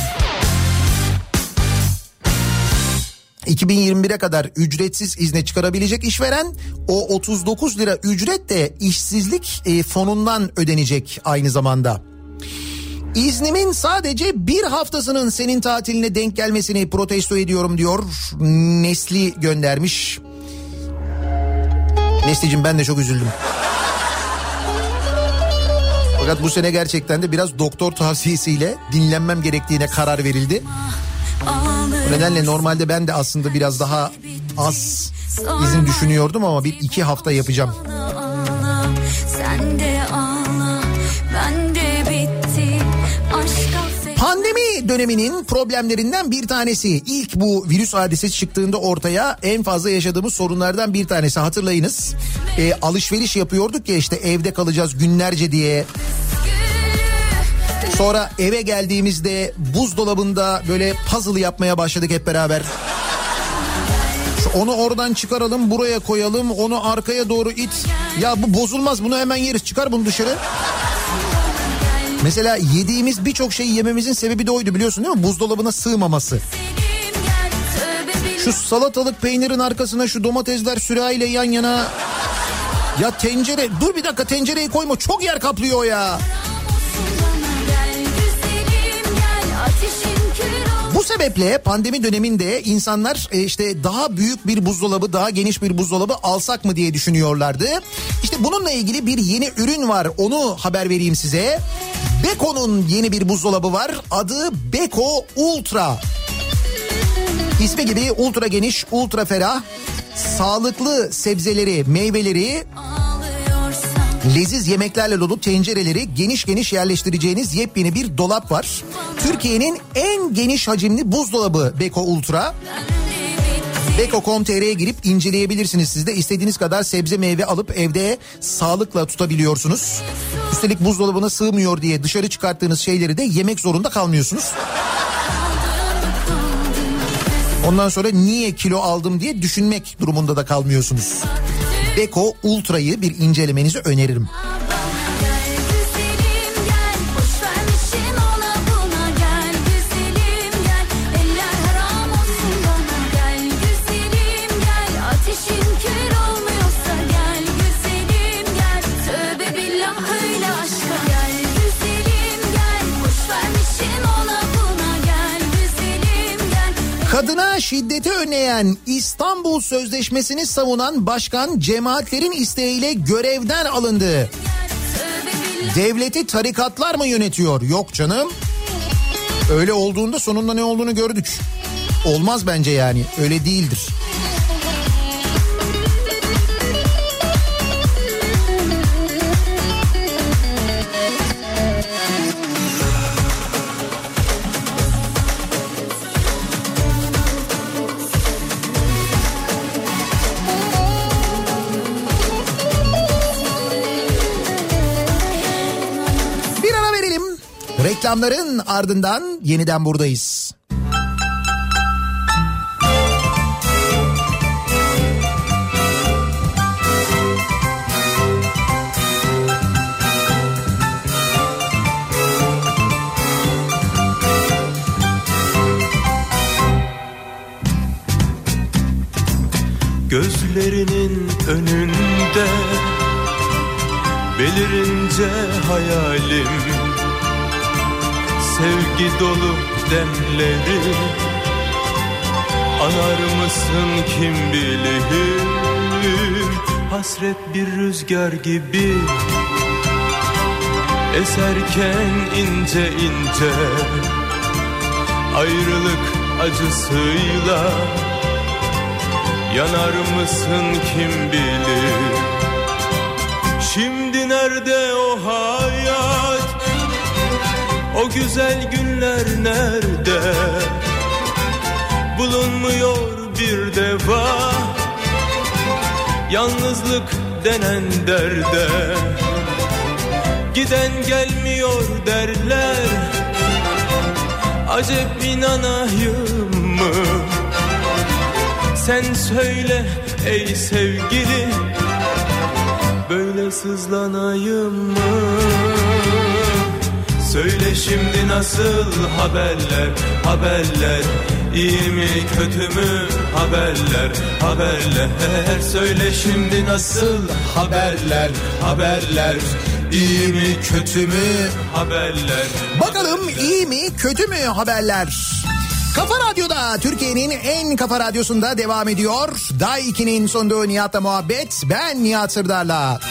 Speaker 2: iki bin yirmi bire kadar ücretsiz izne çıkarabilecek işveren, o otuz dokuz lira ücret de işsizlik fonundan ödenecek aynı zamanda. İznimin sadece bir haftasının senin tatiline denk gelmesini protesto ediyorum diyor. Nesli göndermiş. Nesli'cim ben de çok üzüldüm. Fakat bu sene gerçekten de biraz doktor tavsiyesiyle dinlenmem gerektiğine karar verildi. Bu nedenle normalde ben de aslında biraz daha az izin düşünüyordum ama bir iki hafta yapacağım.
Speaker 1: Sen de ağla, ben de bitti.
Speaker 2: Pandemi döneminin problemlerinden bir tanesi. İlk bu virüs hadisesi çıktığında ortaya en fazla yaşadığımız sorunlardan bir tanesi. Hatırlayınız. E, alışveriş yapıyorduk ya işte evde kalacağız günlerce diye. Sonra eve geldiğimizde buzdolabında böyle puzzle yapmaya başladık hep beraber. Onu oradan çıkaralım, buraya koyalım, onu arkaya doğru it. Ya bu bozulmaz, bunu hemen yeriz, çıkar bunu dışarı. Mesela yediğimiz birçok şeyi yememizin sebebi de oydu, biliyorsun değil mi? Buzdolabına sığmaması. Şu salatalık peynirin arkasına şu domatesler sürahiyle yan yana. Ya tencere, dur bir dakika, tencereyi koyma, çok yer kaplıyor ya. Bu sebeple pandemi döneminde insanlar işte daha büyük bir buzdolabı, daha geniş bir buzdolabı alsak mı diye düşünüyorlardı. İşte bununla ilgili bir yeni ürün var, onu haber vereyim size. Beko'nun yeni bir buzdolabı var, adı Beko Ultra. İsmi gibi ultra geniş, ultra ferah, sağlıklı sebzeleri, meyveleri, leziz yemeklerle dolu tencereleri geniş geniş yerleştireceğiniz yepyeni bir dolap var. Türkiye'nin en geniş hacimli buzdolabı Beko Ultra. beko nokta com nokta tr'ye girip inceleyebilirsiniz. Siz de istediğiniz kadar sebze meyve alıp evde sağlıkla tutabiliyorsunuz. Üstelik buzdolabına sığmıyor diye dışarı çıkarttığınız şeyleri de yemek zorunda kalmıyorsunuz. Ondan sonra niye kilo aldım diye düşünmek durumunda da kalmıyorsunuz. Beko Ultra'yı bir incelemenizi öneririm. Kadına şiddeti önleyen İstanbul Sözleşmesi'ni savunan başkan cemaatlerin isteğiyle görevden alındı. Devleti tarikatlar mı yönetiyor? Yok canım. Öyle olduğunda sonunda ne olduğunu gördük. Olmaz bence yani, öyle değildir. Reklamların ardından yeniden buradayız.
Speaker 11: Gözlerinin önünde belirince hayalim, sevgi dolu demleri anar mısın kim bilir? Hasret bir rüzgar gibi eserken ince ince, ayrılık acısıyla yanar mısın kim bilir? Şimdi nerede o hayat? O güzel günler nerede? Bulunmuyor bir deva yalnızlık denen derde. Giden gelmiyor derler, acep inanayım mı? Sen söyle ey sevgili, böyle sızlanayım mı? Söyle şimdi nasıl haberler, haberler, iyi mi kötü mü haberler, haberler. Söyle şimdi nasıl haberler, haberler, İyi mi kötü mü haberler?
Speaker 2: Bakalım iyi mi kötü mü haberler? Kafa Radyo'da, Türkiye'nin en kafa radyosunda devam ediyor. Day iki'nin sonunda Nihat'la muhabbet. Ben Nihat Sırdar'la.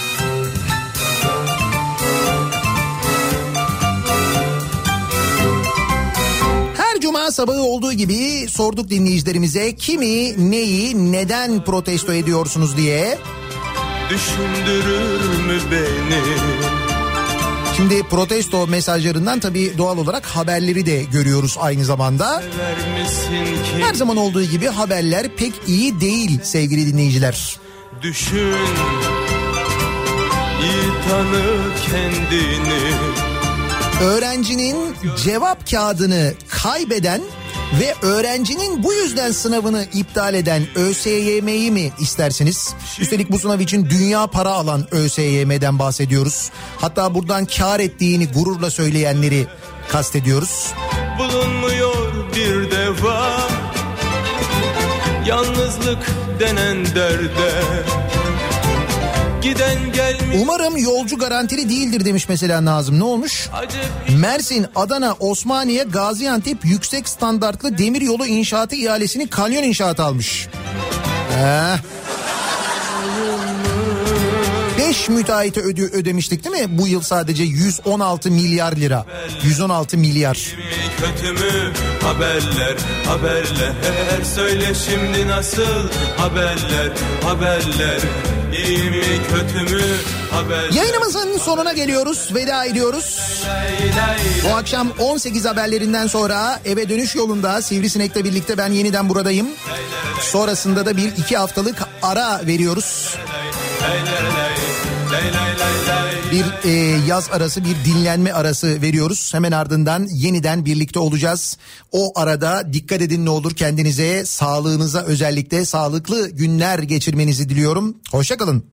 Speaker 2: Her cuma sabahı olduğu gibi sorduk dinleyicilerimize kimi, neyi, neden protesto ediyorsunuz diye.
Speaker 11: Düşündürür mü beni?
Speaker 2: Şimdi protesto mesajlarından tabii doğal olarak haberleri de görüyoruz aynı zamanda. Her zaman olduğu gibi haberler pek iyi değil sevgili dinleyiciler.
Speaker 11: Düşün, iyi tanı kendini.
Speaker 2: Öğrencinin cevap kağıdını kaybeden ve öğrencinin bu yüzden sınavını iptal eden ÖSYM'yi mi istersiniz? Üstelik bu sınav için dünya para alan ÖSYM'den bahsediyoruz. Hatta buradan kar ettiğini gururla söyleyenleri kastediyoruz.
Speaker 11: Bulunmuyor bir deva, yalnızlık denen derde. Giden gelmiş.
Speaker 2: Umarım yolcu garantili değildir demiş mesela Nazım. Ne olmuş? Mersin, Adana, Osmaniye, Gaziantep yüksek standartlı demiryolu inşaatı ihalesini Kanyon İnşaat almış. Heh. beş müteahhite öde, ödemiştik değil mi? Bu yıl sadece yüz on altı milyar lira. yüz on altı milyar.
Speaker 11: Kötü mü haberler, haberler. Söyle şimdi nasıl haberler, haberler. İyi mi kötü mü haberler.
Speaker 2: Yayınımızın sonuna geliyoruz. Veda ediyoruz. Bu akşam on sekiz haberlerinden sonra eve dönüş yolunda Sivrisinek'le birlikte ben yeniden buradayım. Sonrasında da bir iki haftalık ara veriyoruz. Bir e, yaz arası, bir dinlenme arası veriyoruz. Hemen ardından yeniden birlikte olacağız. O arada dikkat edin ne olur kendinize, sağlığınıza, özellikle sağlıklı günler geçirmenizi diliyorum. Hoşça kalın.